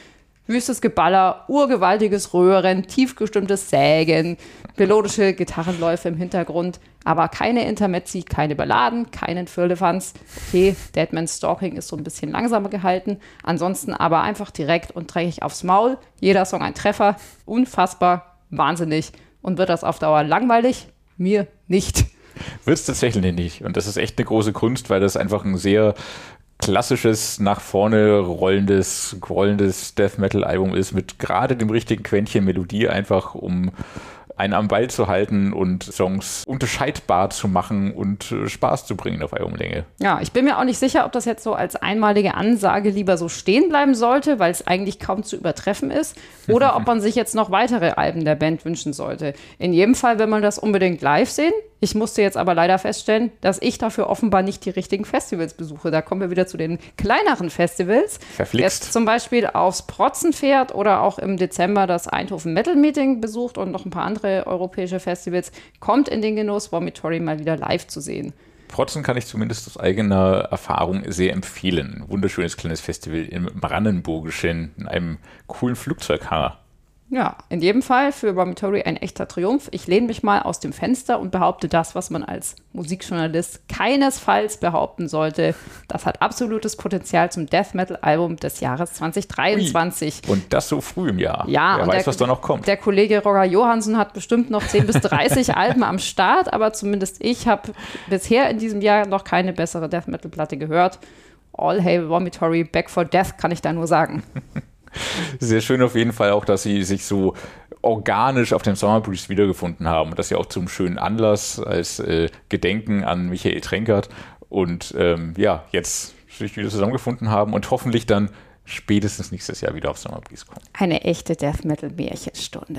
Wüstes Geballer, urgewaltiges Röhren, tiefgestimmtes Sägen, melodische Gitarrenläufe im Hintergrund, aber keine Intermezzi, keine Balladen, keinen Firlefanz. Okay, Deadman's Stalking ist so ein bisschen langsamer gehalten, ansonsten aber einfach direkt und dreckig aufs Maul. Jeder Song ein Treffer, unfassbar, wahnsinnig. Und wird das auf Dauer langweilig? Mir nicht. Wird es tatsächlich nicht. Und das ist echt eine große Kunst, weil das einfach ein sehr klassisches, nach vorne rollendes, rollendes Death-Metal-Album ist, mit gerade dem richtigen Quäntchen Melodie, einfach um einen am Ball zu halten und Songs unterscheidbar zu machen und äh, Spaß zu bringen auf Albumlänge. Ja, ich bin mir auch nicht sicher, ob das jetzt so als einmalige Ansage lieber so stehen bleiben sollte, weil es eigentlich kaum zu übertreffen ist, oder ob man sich jetzt noch weitere Alben der Band wünschen sollte. In jedem Fall will man das unbedingt live sehen. Ich musste jetzt aber leider feststellen, dass ich dafür offenbar nicht die richtigen Festivals besuche. Da kommen wir wieder zu den kleineren Festivals. Verflixt. Jetzt zum Beispiel aufs Protzenpferd oder auch im Dezember das Eindhoven Metal Meeting besucht und noch ein paar andere europäische Festivals. Kommt in den Genuss, Vomitory mal wieder live zu sehen. Protzen kann ich zumindest aus eigener Erfahrung sehr empfehlen. Wunderschönes kleines Festival im Brandenburgischen, in einem coolen Flugzeughangar. Ja, in jedem Fall für Vomitory ein echter Triumph. Ich lehne mich mal aus dem Fenster und behaupte das, was man als Musikjournalist keinesfalls behaupten sollte. Das hat absolutes Potenzial zum Death-Metal-Album des Jahres zwanzig dreiundzwanzig. Ui. Und das so früh im Jahr. Ja, wer weiß, der, was da noch kommt. Der Kollege Roger Johansson hat bestimmt noch zehn bis dreißig Alben am Start, aber zumindest ich habe bisher in diesem Jahr noch keine bessere Death-Metal-Platte gehört. All Hail Vomitory, Back for Death, kann ich da nur sagen. Sehr schön auf jeden Fall auch, dass sie sich so organisch auf dem Summer Breeze wiedergefunden haben und das ja auch zum schönen Anlass als äh, Gedenken an Michael Trenkert und ähm, ja, jetzt sich wieder zusammengefunden haben und hoffentlich dann spätestens nächstes Jahr wieder auf Summer Breeze kommen. Eine echte Death-Metal-Märchenstunde.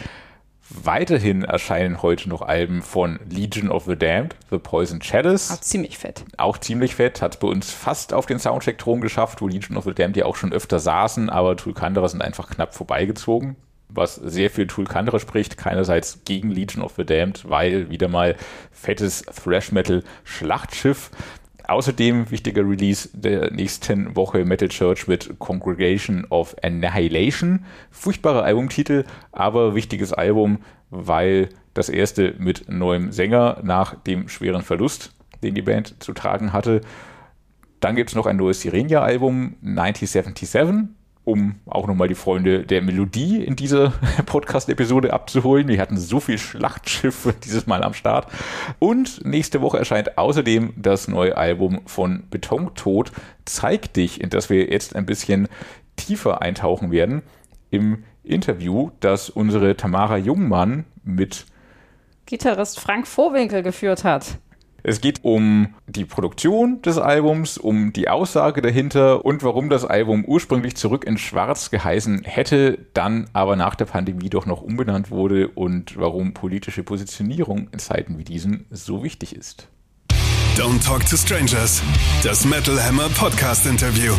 Weiterhin erscheinen heute noch Alben von Legion of the Damned, The Poison Chalice. Auch ziemlich fett. Auch ziemlich fett, hat bei uns fast auf den Soundcheck-Thron geschafft, wo Legion of the Damned ja auch schon öfter saßen, aber Tulkandra sind einfach knapp vorbeigezogen, was sehr für Tulkandra spricht, keinerseits gegen Legion of the Damned, weil wieder mal fettes Thrash-Metal-Schlachtschiff. Außerdem wichtiger Release der nächsten Woche Metal Church mit Congregation of Annihilation. Furchtbarer Albumtitel, aber wichtiges Album, weil das erste mit neuem Sänger nach dem schweren Verlust, den die Band zu tragen hatte. Dann gibt es noch ein neues Sirenia-Album, neunzehnhundertsiebenundsiebzig, um auch nochmal die Freunde der Melodie in dieser Podcast-Episode abzuholen. Wir hatten so viel Schlachtschiff dieses Mal am Start. Und nächste Woche erscheint außerdem das neue Album von Betontod, Zeig dich, in das wir jetzt ein bisschen tiefer eintauchen werden, im Interview, das unsere Tamara Jungmann mit Gitarrist Frank Vohwinkel geführt hat. Es geht um die Produktion des Albums, um die Aussage dahinter und warum das Album ursprünglich Zurück in Schwarz geheißen hätte, dann aber nach der Pandemie doch noch umbenannt wurde und warum politische Positionierung in Zeiten wie diesen so wichtig ist. Don't Talk to Strangers, das Metal Hammer Podcast Interview.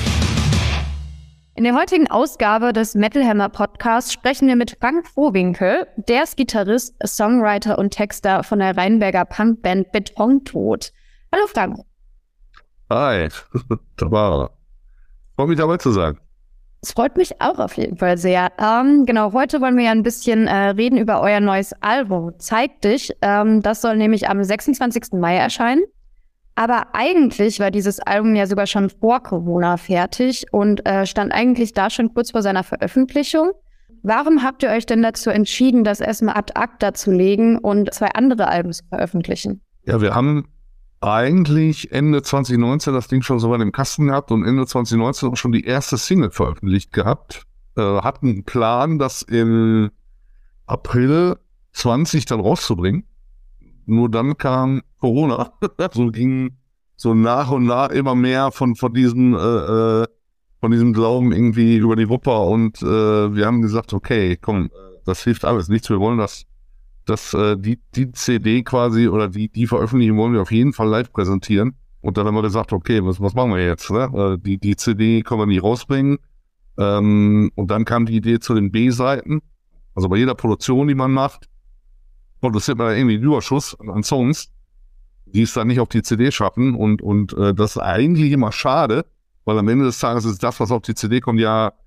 In der heutigen Ausgabe des Metal Hammer Podcasts sprechen wir mit Frank Vohwinkel. Der ist Gitarrist, Songwriter und Texter von der Rheinberger Punkband Betontod. Hallo Frank. Hi, Tamara. Freut mich dabei zu sein. Es freut mich auch auf jeden Fall sehr. Ähm, genau, heute wollen wir ja ein bisschen äh, reden über euer neues Album, Zeig dich. Ähm, das soll nämlich am sechsundzwanzigsten Mai erscheinen. Aber eigentlich war dieses Album ja sogar schon vor Corona fertig und äh, stand eigentlich da schon kurz vor seiner Veröffentlichung. Warum habt ihr euch denn dazu entschieden, das erstmal ad acta zu legen und zwei andere Alben zu veröffentlichen? Ja, wir haben eigentlich Ende zwanzig neunzehn das Ding schon so weit im Kasten gehabt und Ende zwanzig neunzehn auch schon die erste Single veröffentlicht gehabt. Äh, hatten einen Plan, das im April zwanzig dann rauszubringen. Nur dann kam Corona, so ging so nach und nach immer mehr von von diesem äh, von diesem Glauben irgendwie über die Wupper und äh, wir haben gesagt, okay, komm, das hilft alles nichts, wir wollen das, das äh, die die C D quasi oder die die Veröffentlichung wollen wir auf jeden Fall live präsentieren und dann haben wir gesagt, okay, was was machen wir jetzt, ne? Die die C D können wir nicht rausbringen ähm, und dann kam die Idee zu den B-Seiten, also bei jeder Produktion, die man macht, produziert man da irgendwie einen Überschuss an Songs, die es dann nicht auf die C D schaffen und und äh, das ist eigentlich immer schade, weil am Ende des Tages ist das, was auf die C D kommt, ja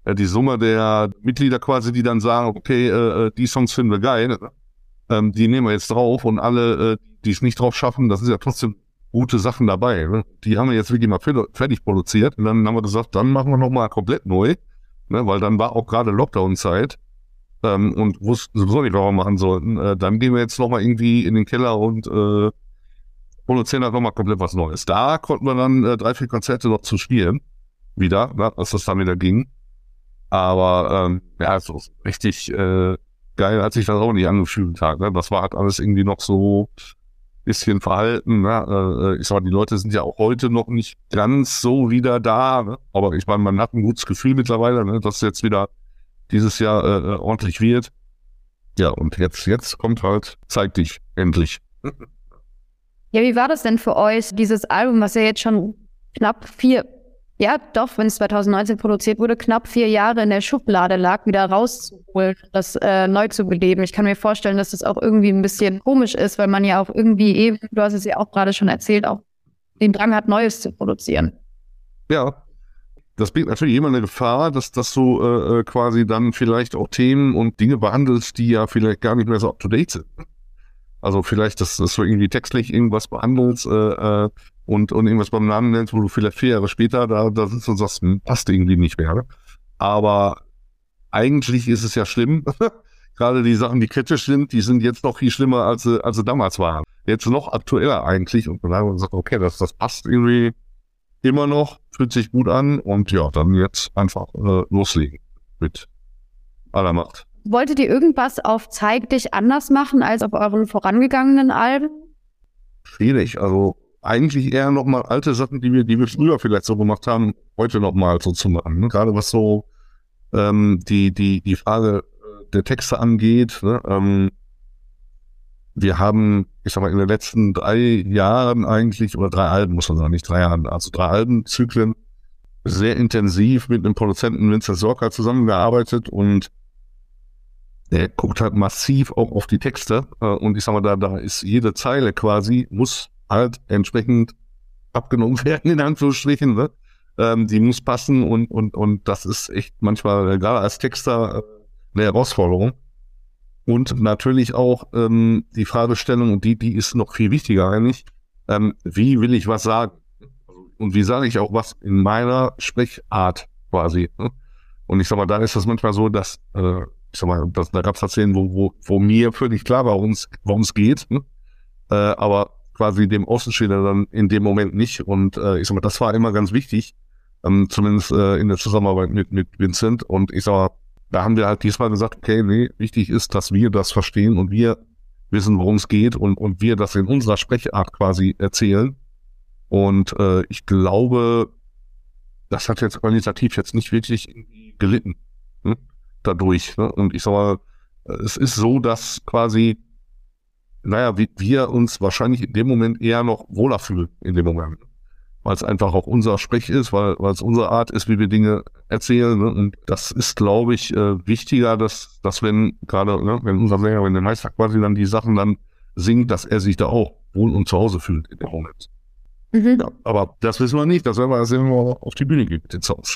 äh, die Summe der Mitglieder quasi, die dann sagen, okay, äh, die Songs finden wir geil, ähm, die nehmen wir jetzt drauf und alle, äh, die es nicht drauf schaffen, das ist ja trotzdem gute Sachen dabei. Ne? Die haben wir jetzt wirklich mal fertig produziert und dann haben wir gesagt, dann machen wir nochmal komplett neu, ne? Weil dann war auch gerade Lockdown-Zeit ähm, und wussten sowieso nicht, was wir machen sollten. Äh, dann gehen wir jetzt nochmal irgendwie in den Keller und äh, produzieren halt nochmal komplett was Neues. Da konnten wir dann äh, drei, vier Konzerte noch zu spielen, wieder, ne? Als das dann wieder ging. Aber ähm, ja, so richtig äh, geil hat sich das auch nicht angefühlt. Halt, ne? Das war halt alles irgendwie noch so bisschen verhalten. Ne? Äh, ich sag mal, die Leute sind ja auch heute noch nicht ganz so wieder da. Ne? Aber ich meine, man hat ein gutes Gefühl mittlerweile, ne? Dass es jetzt wieder dieses Jahr äh, ordentlich wird. Ja, und jetzt, jetzt kommt halt, zeig dich, endlich. Ja, wie war das denn für euch, dieses Album, was ja jetzt schon knapp vier, ja doch, wenn es zwanzig neunzehn produziert wurde, knapp vier Jahre in der Schublade lag, wieder rauszuholen, das äh, neu zu beleben? Ich kann mir vorstellen, dass das auch irgendwie ein bisschen komisch ist, weil man ja auch irgendwie eben, du hast es ja auch gerade schon erzählt, auch den Drang hat, Neues zu produzieren. Ja, das birgt natürlich immer eine Gefahr, dass, dass du äh, quasi dann vielleicht auch Themen und Dinge behandelst, die ja vielleicht gar nicht mehr so up-to-date sind. Also vielleicht, dass, dass du irgendwie textlich irgendwas behandelst äh, äh, und, und irgendwas beim Namen nennst, wo du vielleicht vier Jahre später da, da sitzt und sagst, hm, passt irgendwie nicht mehr. Aber eigentlich ist es ja schlimm. Gerade die Sachen, die kritisch sind, die sind jetzt noch viel schlimmer, als sie, als sie damals waren. Jetzt noch aktueller eigentlich. Und dann haben wir gesagt, okay, das, das passt irgendwie immer noch, fühlt sich gut an. Und ja, dann jetzt einfach äh, loslegen mit aller Macht. Wolltet ihr irgendwas auf Zeig dich anders machen als auf euren vorangegangenen Alben? Schwierig. Also eigentlich eher nochmal alte Sachen, die wir, die wir früher vielleicht so gemacht haben, heute nochmal so zu machen. Ne? Gerade was so ähm, die, die, die Frage der Texte angeht. Ne? Ähm, wir haben, ich sag mal, in den letzten drei Jahren eigentlich, oder drei Alben, muss man sagen, nicht drei Jahren, also drei Albenzyklen, sehr intensiv mit einem Produzenten Vincent Sorka zusammengearbeitet und der guckt halt massiv auch auf die Texte äh, und ich sag mal, da, da ist jede Zeile quasi, muss halt entsprechend abgenommen werden, in Anführungsstrichen, ne? Ähm, die muss passen und, und, und das ist echt manchmal, äh, gerade als Texter, äh, eine Herausforderung. Und natürlich auch ähm, die Fragestellung, und die, die ist noch viel wichtiger eigentlich, ähm, wie will ich was sagen? Und wie sage ich auch was in meiner Sprechart quasi? Ne? Und ich sag mal, da ist das manchmal so, dass äh, ich sag mal, das, da gab es Szenen, wo, wo, wo mir völlig klar war, worum es geht, ne? äh, aber quasi dem Außenstehender dann in dem Moment nicht. Und äh, ich sag mal, das war immer ganz wichtig, ähm, zumindest äh, in der Zusammenarbeit mit, mit Vincent. Und ich sag mal, da haben wir halt diesmal gesagt, okay, nee, wichtig ist, dass wir das verstehen und wir wissen, worum es geht und, und wir das in unserer Sprechart quasi erzählen. Und äh, ich glaube, das hat jetzt qualitativ jetzt nicht wirklich gelitten, ne? Dadurch. Ne? Und ich sag mal, es ist so, dass quasi, naja, wir, wir uns wahrscheinlich in dem Moment eher noch wohler fühlen in dem Moment. Weil es einfach auch unser Sprech ist, weil weil es unsere Art ist, wie wir Dinge erzählen. Ne? Und das ist, glaube ich, äh, wichtiger, dass, dass wenn gerade, ne, wenn unser Sänger, wenn der Meister quasi dann die Sachen dann singt, dass er sich da auch wohl und zu Hause fühlt in dem Moment. Mhm. Ja, aber das wissen wir nicht, das werden wir erst, wenn wir auf die Bühne gehen mit den Songs.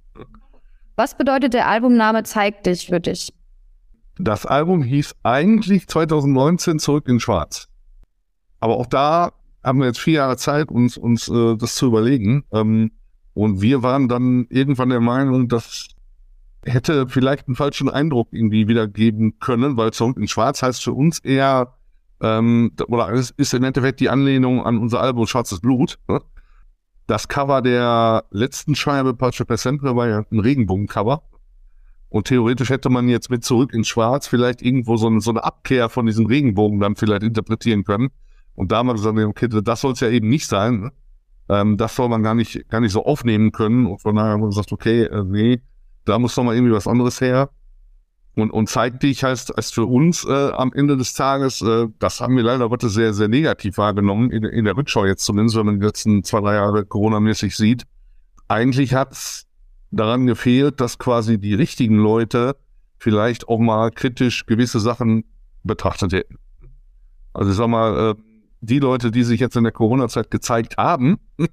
Was bedeutet der Albumname Zeig dich für dich? Das Album hieß eigentlich zwanzig neunzehn Zurück in Schwarz. Aber auch da haben wir jetzt vier Jahre Zeit, uns, uns äh, das zu überlegen. Ähm, und wir waren dann irgendwann der Meinung, das hätte vielleicht einen falschen Eindruck irgendwie wiedergeben können, weil Zurück in Schwarz heißt für uns eher, ähm, oder es ist im Endeffekt die Anlehnung an unser Album Schwarzes Blut. Ne? Das Cover der letzten Scheibe, Pace per Sempre, war ja ein Regenbogencover. Und theoretisch hätte man jetzt mit Zurück in Schwarz vielleicht irgendwo so eine, so eine Abkehr von diesem Regenbogen dann vielleicht interpretieren können. Und da haben wir gesagt, okay, das soll es ja eben nicht sein. Ne? Ähm, das soll man gar nicht, gar nicht so aufnehmen können. Und von daher haben wir gesagt, okay, äh, nee, da muss doch mal irgendwie was anderes her. Und, und Zeig dich heißt, heißt für uns äh, am Ende des Tages, äh, das haben wir leider Gottes sehr, sehr negativ wahrgenommen, in, in der Rückschau jetzt zumindest, wenn man die letzten zwei, drei Jahre Corona-mäßig sieht. Eigentlich hat's daran gefehlt, dass quasi die richtigen Leute vielleicht auch mal kritisch gewisse Sachen betrachtet hätten. Also ich sag mal, äh, die Leute, die sich jetzt in der Corona-Zeit gezeigt haben,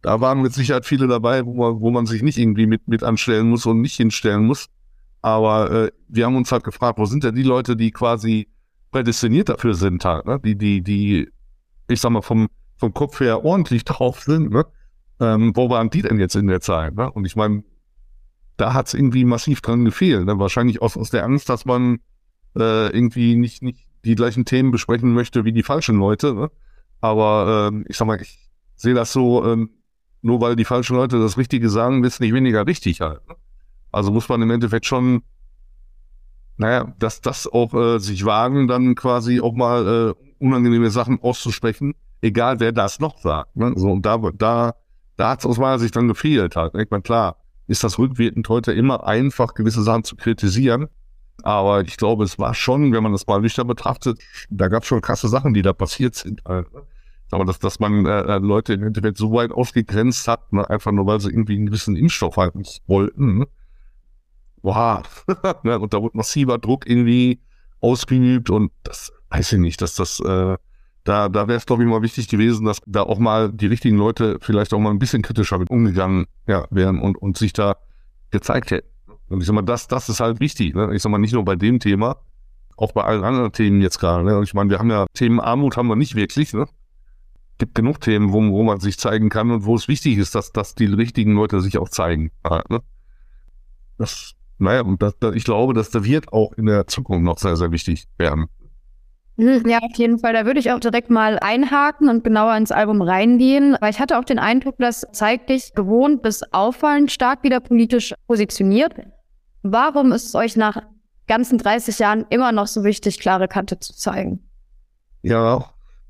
Da waren mit Sicherheit viele dabei, wo man, wo man sich nicht irgendwie mit, mit anstellen muss und nicht hinstellen muss. Aber äh, wir haben uns halt gefragt, wo sind denn die Leute, die quasi prädestiniert dafür sind halt, ne? Die, die, die, ich sag mal, vom, vom Kopf her ordentlich drauf sind, ne? Ähm, wo waren die denn jetzt in der Zeit, ne? Und ich meine, da hat es irgendwie massiv dran gefehlt, ne? Wahrscheinlich aus, aus der Angst, dass man äh, irgendwie nicht, nicht die gleichen Themen besprechen möchte wie die falschen Leute, ne? Aber ähm, ich sag mal, ich sehe das so, ähm, nur weil die falschen Leute das Richtige sagen, wird es nicht weniger richtig halt, ne? Also muss man im Endeffekt schon, naja, dass das auch äh, sich wagen, dann quasi auch mal äh, unangenehme Sachen auszusprechen, egal wer das noch sagt. Ne? So, und da, da, da hat es aus meiner Sicht dann gefehlt halt. Ich meine, klar, ist das rückwirkend heute immer einfach, gewisse Sachen zu kritisieren. Aber ich glaube, es war schon, wenn man das mal nüchtern betrachtet, da gab es schon krasse Sachen, die da passiert sind. Halt, ne? Aber dass, dass man äh, Leute im Endeffekt so weit ausgegrenzt hat, ne? Einfach nur, weil sie irgendwie einen gewissen Impfstoff halt nicht wollten, ne? Boah, ne, und da wurde massiver Druck irgendwie ausgeübt und das weiß ich nicht, dass das, äh, da, da wäre es glaube ich mal wichtig gewesen, dass da auch mal die richtigen Leute vielleicht auch mal ein bisschen kritischer mit umgegangen ja, wären und, und sich da gezeigt hätten. Und ich sag mal, das, das ist halt wichtig, ne? Ich sag mal, nicht nur bei dem Thema, auch bei allen anderen Themen jetzt gerade, ne? Und ich meine, wir haben ja Themen Armut haben wir nicht wirklich, ne? Gibt genug Themen, wo, wo man sich zeigen kann und wo es wichtig ist, dass, dass die richtigen Leute sich auch zeigen. Halt, ne? Das Naja, und das, das, ich glaube, dass das wird auch in der Zukunft noch sehr, sehr wichtig werden. Ja, auf jeden Fall. Da würde ich auch direkt mal einhaken und genauer ins Album reingehen, weil ich hatte auch den Eindruck, dass Zeig dich gewohnt bis auffallend stark wieder politisch positioniert. Warum ist es euch nach ganzen dreißig Jahren immer noch so wichtig, klare Kante zu zeigen? Ja,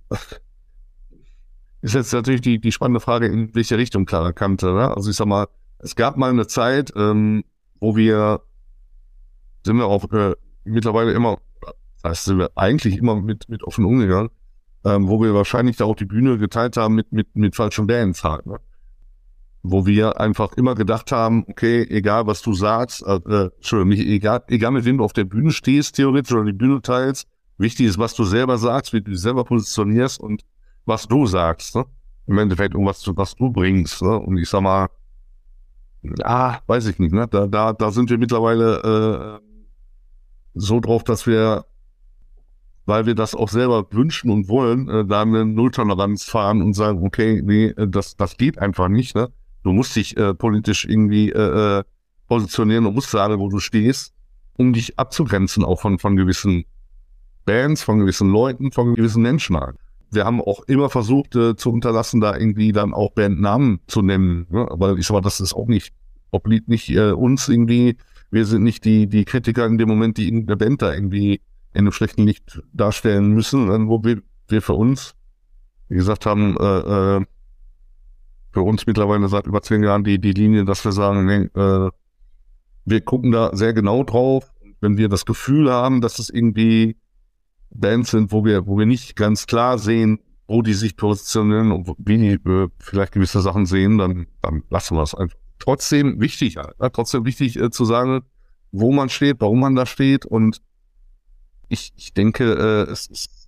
ist jetzt natürlich die, die spannende Frage, in welche Richtung klare Kante, ne? Also ich sag mal, es gab mal eine Zeit, ähm, wo wir, sind wir auch äh, mittlerweile immer, das heißt, sind wir eigentlich immer mit, mit offen umgegangen, ähm, wo wir wahrscheinlich da auch die Bühne geteilt haben mit, mit, mit falschen Bands halt, ne? Wo wir einfach immer gedacht haben, okay, egal was du sagst, äh, äh, Entschuldigung, nicht egal, egal mit wem du auf der Bühne stehst, theoretisch, oder die Bühne teilst, wichtig ist, was du selber sagst, wie du dich selber positionierst und was du sagst, ne? Im Endeffekt, um was, was du bringst, ne? Und ich sag mal, ah, weiß ich nicht, ne? Da, da, da sind wir mittlerweile äh, so drauf, dass wir, weil wir das auch selber wünschen und wollen, äh, da eine Nulltoleranz fahren und sagen, okay, nee, das, das geht einfach nicht, ne? Du musst dich äh, politisch irgendwie äh, positionieren und musst sagen, wo du stehst, um dich abzugrenzen auch von, von gewissen Bands, von gewissen Leuten, von gewissen Menschen. Wir haben auch immer versucht äh, zu unterlassen, da irgendwie dann auch Bandnamen zu nennen, ne? Aber ich sag mal, das ist auch nicht, obliegt nicht äh, uns irgendwie. Wir sind nicht die die Kritiker in dem Moment, die irgendeine Band da irgendwie in einem schlechten Licht darstellen müssen, ne? Wo wir, wir für uns, wie gesagt, haben äh, äh, für uns mittlerweile seit über zehn Jahren die die Linie, dass wir sagen, nee, äh, wir gucken da sehr genau drauf. Wenn wir das Gefühl haben, dass es irgendwie Bands sind, wo wir, wo wir nicht ganz klar sehen, wo die sich positionieren und wie die äh, vielleicht gewisse Sachen sehen, dann, dann lassen wir es einfach. Trotzdem wichtig, ja, trotzdem wichtig äh, zu sagen, wo man steht, warum man da steht, und ich, ich denke, äh, es ist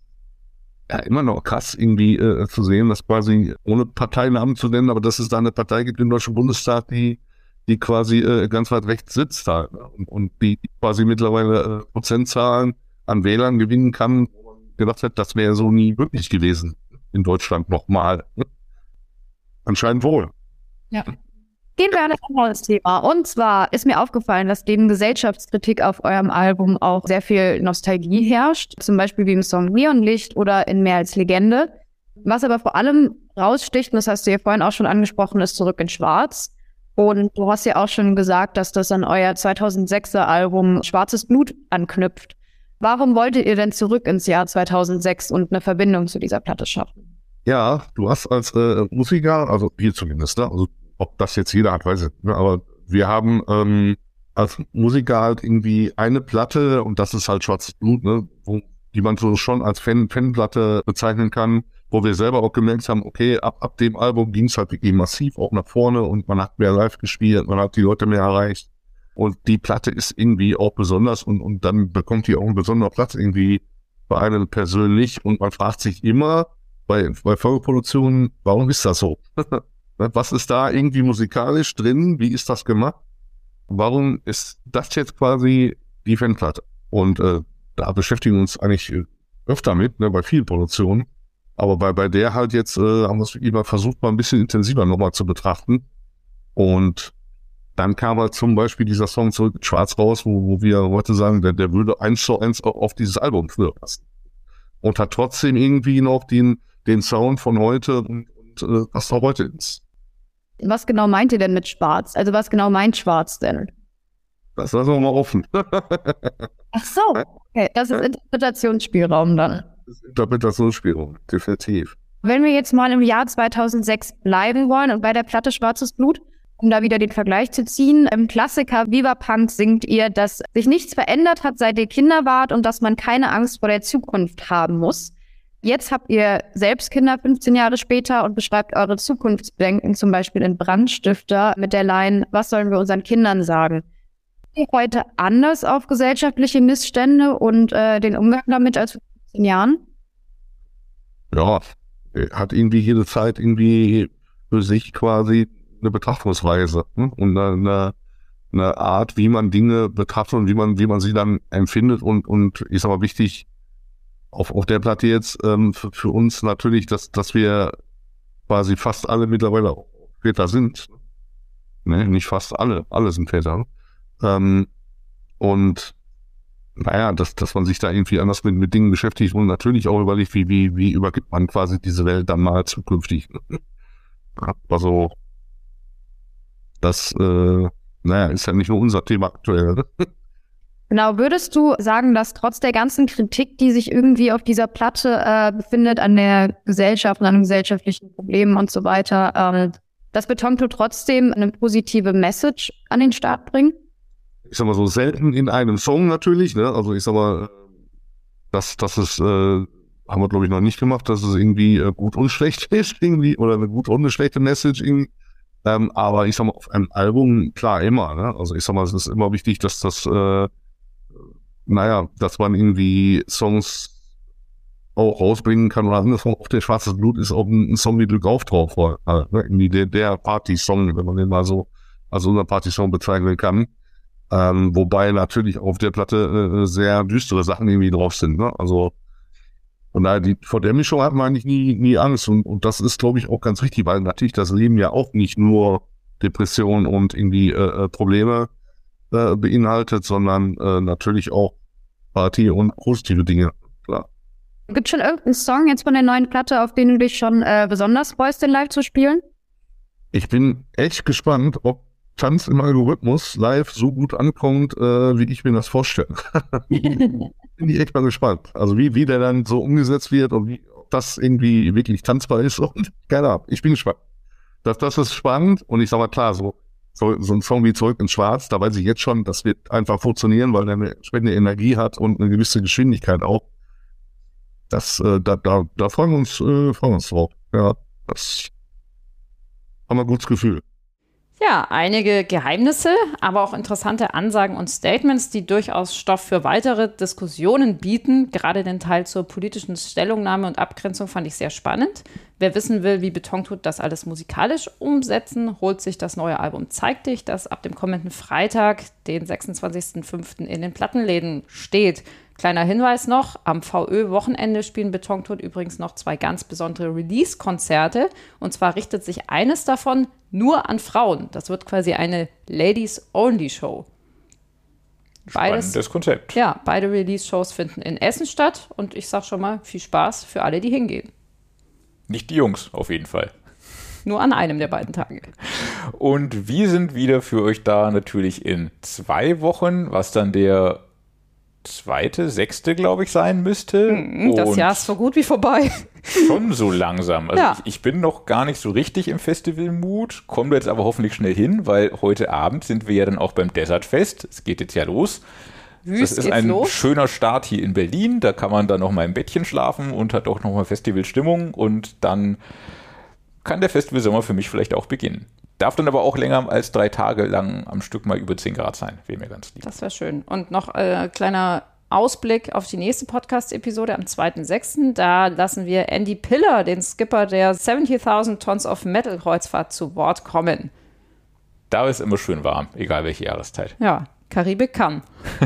ja immer noch krass irgendwie äh, zu sehen, dass quasi, ohne Parteinamen zu nennen, aber dass es da eine Partei gibt im Deutschen Bundestag, die die quasi äh, ganz weit rechts sitzt halt, ne? und, und die quasi mittlerweile äh, Prozentzahlen an Wählern gewinnen kann, wo man gedacht hat, das wäre so nie möglich gewesen in Deutschland nochmal. Ne? Anscheinend wohl. Ja. Gehen wir an ein anderes Thema. Und zwar ist mir aufgefallen, dass neben Gesellschaftskritik auf eurem Album auch sehr viel Nostalgie herrscht. Zum Beispiel wie im Song Neonlicht oder in Mehr als Legende. Was aber vor allem raussticht, und das hast du ja vorhin auch schon angesprochen, ist Zurück in Schwarz. Und du hast ja auch schon gesagt, dass das an euer zweitausendsechser Album Schwarzes Blut anknüpft. Warum wolltet ihr denn zurück ins Jahr zweitausendsechs und eine Verbindung zu dieser Platte schaffen? Ja, du hast als äh, Musiker, also wir zumindest, ne? Also ob das jetzt jeder hat, weiß ich nicht, ne? Aber wir haben ähm, als Musiker halt irgendwie eine Platte, und das ist halt Schwarzes Blut, ne? Wo, die man so schon als Fan, Fanplatte bezeichnen kann, wo wir selber auch gemerkt haben, okay, ab, ab dem Album ging es halt wirklich massiv auch nach vorne und man hat mehr live gespielt, man hat die Leute mehr erreicht. Und die Platte ist irgendwie auch besonders, und, und dann bekommt die auch einen besonderen Platz irgendwie bei einem persönlich, und man fragt sich immer bei, bei Folgeproduktionen, warum ist das so? Was ist da irgendwie musikalisch drin? Wie ist das gemacht? Warum ist das jetzt quasi die Fanplatte? Und äh, da beschäftigen wir uns eigentlich öfter mit, ne, bei vielen Produktionen. Aber bei, bei der halt jetzt äh, haben wir es immer versucht, mal ein bisschen intensiver nochmal zu betrachten. Und dann kam halt zum Beispiel dieser Song Zurück in Schwarz raus, wo, wo wir heute sagen, der, der würde eins zu eins auf dieses Album früher passen. Und hat trotzdem irgendwie noch den, den Sound von heute und, und äh, passt auch heute ins. Was genau meint ihr denn mit Schwarz? Also was genau meint Schwarz denn? Das lassen wir mal offen. Ach so, okay. Das ist Interpretationsspielraum dann. Das ist Interpretationsspielraum, definitiv. Wenn wir jetzt mal im Jahr zweitausendsechs bleiben wollen und bei der Platte Schwarzes Blut, um da wieder den Vergleich zu ziehen, im Klassiker Viva Punk singt ihr, dass sich nichts verändert hat, seit ihr Kinder wart und dass man keine Angst vor der Zukunft haben muss. Jetzt habt ihr selbst Kinder fünfzehn Jahre später und beschreibt eure Zukunftsbedenken zum Beispiel in Brandstifter mit der Line, was sollen wir unseren Kindern sagen? Ihr heute anders auf gesellschaftliche Missstände und äh, den Umgang damit als vor fünfzehn Jahren? Ja, hat irgendwie jede Zeit irgendwie für sich quasi eine Betrachtungsweise, ne? Und eine, eine Art, wie man Dinge betrachtet und wie man, wie man sie dann empfindet und, und ich sag mal wichtig, auf, auf der Platte jetzt ähm, für, für uns natürlich, dass, dass wir quasi fast alle mittlerweile auch Väter sind. Ne? Nicht fast alle, alle sind Väter. Ähm, und naja, dass, dass man sich da irgendwie anders mit, mit Dingen beschäftigt und natürlich auch überlegt, wie, wie, wie übergibt man quasi diese Welt dann mal zukünftig. Ne? Also das, äh, naja, ist ja nicht nur unser Thema aktuell. Ne? Genau, würdest du sagen, dass trotz der ganzen Kritik, die sich irgendwie auf dieser Platte äh, befindet, an der Gesellschaft, an den gesellschaftlichen Problemen und so weiter, ähm, dass Betonklot trotzdem eine positive Message an den Start bringt? Ich sag mal so, selten in einem Song natürlich, ne? Also ich sag mal, das, das ist, äh, haben wir glaube ich noch nicht gemacht, dass es irgendwie äh, gut und schlecht ist, irgendwie, oder eine gute und eine schlechte Message irgendwie. Ähm, aber ich sag mal, auf einem Album, klar, immer, ne? Also ich sag mal, es ist immer wichtig, dass das, äh, naja, dass man irgendwie Songs auch rausbringen kann oder andersrum. Auf der Schwarzes Blut ist auch ein, ein Song wie Glück auf drauf, war, ne? Irgendwie der, der Party-Song, wenn man den mal so als unser Party-Song bezeichnen kann. Ähm, wobei natürlich auf der Platte äh, sehr düstere Sachen irgendwie drauf sind, ne? Also von daher, die, vor der Mischung hat man eigentlich nie, nie Angst und, und das ist, glaube ich, auch ganz wichtig, weil natürlich das Leben ja auch nicht nur Depressionen und irgendwie äh, Probleme äh, beinhaltet, sondern äh, natürlich auch Party und positive Dinge, klar. Gibt es schon irgendeinen Song jetzt von der neuen Platte, auf den du dich schon äh, besonders freust, den live zu spielen? Ich bin echt gespannt, ob Tanz im Algorithmus live so gut ankommt, äh, wie ich mir das vorstelle. Bin ich echt mal gespannt. Also wie, wie der dann so umgesetzt wird und wie ob das irgendwie wirklich tanzbar ist. Und keine Ahnung, ich bin gespannt. Das, das ist spannend und ich sag mal klar, so, so, so ein Song wie Zurück in Schwarz, da weiß ich jetzt schon, das wird einfach funktionieren, weil er eine entsprechende Energie hat und eine gewisse Geschwindigkeit auch. Das, äh, da, da, da freuen wir uns, äh, freuen wir uns drauf. Ja, das haben wir ein gutes Gefühl. Ja, einige Geheimnisse, aber auch interessante Ansagen und Statements, die durchaus Stoff für weitere Diskussionen bieten. Gerade den Teil zur politischen Stellungnahme und Abgrenzung fand ich sehr spannend. Wer wissen will, wie Betonklot das alles musikalisch umsetzen, holt sich das neue Album Zeig dich, das ab dem kommenden Freitag, den sechsundzwanzigsten fünften in den Plattenläden steht. Kleiner Hinweis noch, am VÖ-Wochenende spielen Betonklot übrigens noch zwei ganz besondere Release-Konzerte. Und zwar richtet sich eines davon nur an Frauen. Das wird quasi eine Ladies-Only-Show. Spannendes Konzept. Ja, beide Release-Shows finden in Essen statt. Und ich sag schon mal, viel Spaß für alle, die hingehen. Nicht die Jungs, auf jeden Fall. Nur an einem der beiden Tage. Und wir sind wieder für euch da natürlich in zwei Wochen, was dann der zweite, sechste, glaube ich, sein müsste. Das Und Jahr ist so gut wie vorbei. schon so langsam. Also Ja. ich, ich bin noch gar nicht so richtig im Festivalmut, kommen wir jetzt aber hoffentlich schnell hin, weil heute Abend sind wir ja dann auch beim Desertfest. Es geht jetzt ja los. Wüst das ist geht's ein los. schöner Start hier in Berlin. Da kann man dann noch mal im Bettchen schlafen und hat auch noch mal Festivalstimmung. Und dann kann der Festivalsommer für mich vielleicht auch beginnen. Darf dann aber auch länger als drei Tage lang am Stück mal über zehn Grad sein. Wäre mir ganz lieb. Das wäre schön. Und noch äh, kleiner Ausblick auf die nächste Podcast-Episode am zweiten sechsten Da lassen wir Andy Piller, den Skipper der siebzigtausend Tons of Metal Kreuzfahrt, zu Wort kommen. Da ist immer schön warm, egal welche Jahreszeit. Ja, Karibik kann.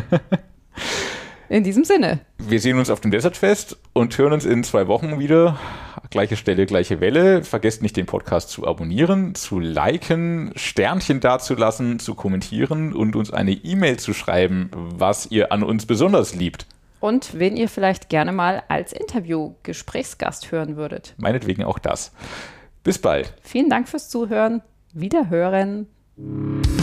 In diesem Sinne. Wir sehen uns auf dem Desertfest und hören uns in zwei Wochen wieder. Gleiche Stelle, gleiche Welle. Vergesst nicht, den Podcast zu abonnieren, zu liken, Sternchen dazulassen, zu kommentieren und uns eine E-Mail zu schreiben, was ihr an uns besonders liebt. Und wen ihr vielleicht gerne mal als Interview-Gesprächsgast hören würdet. Meinetwegen auch das. Bis bald. Vielen Dank fürs Zuhören. Wiederhören.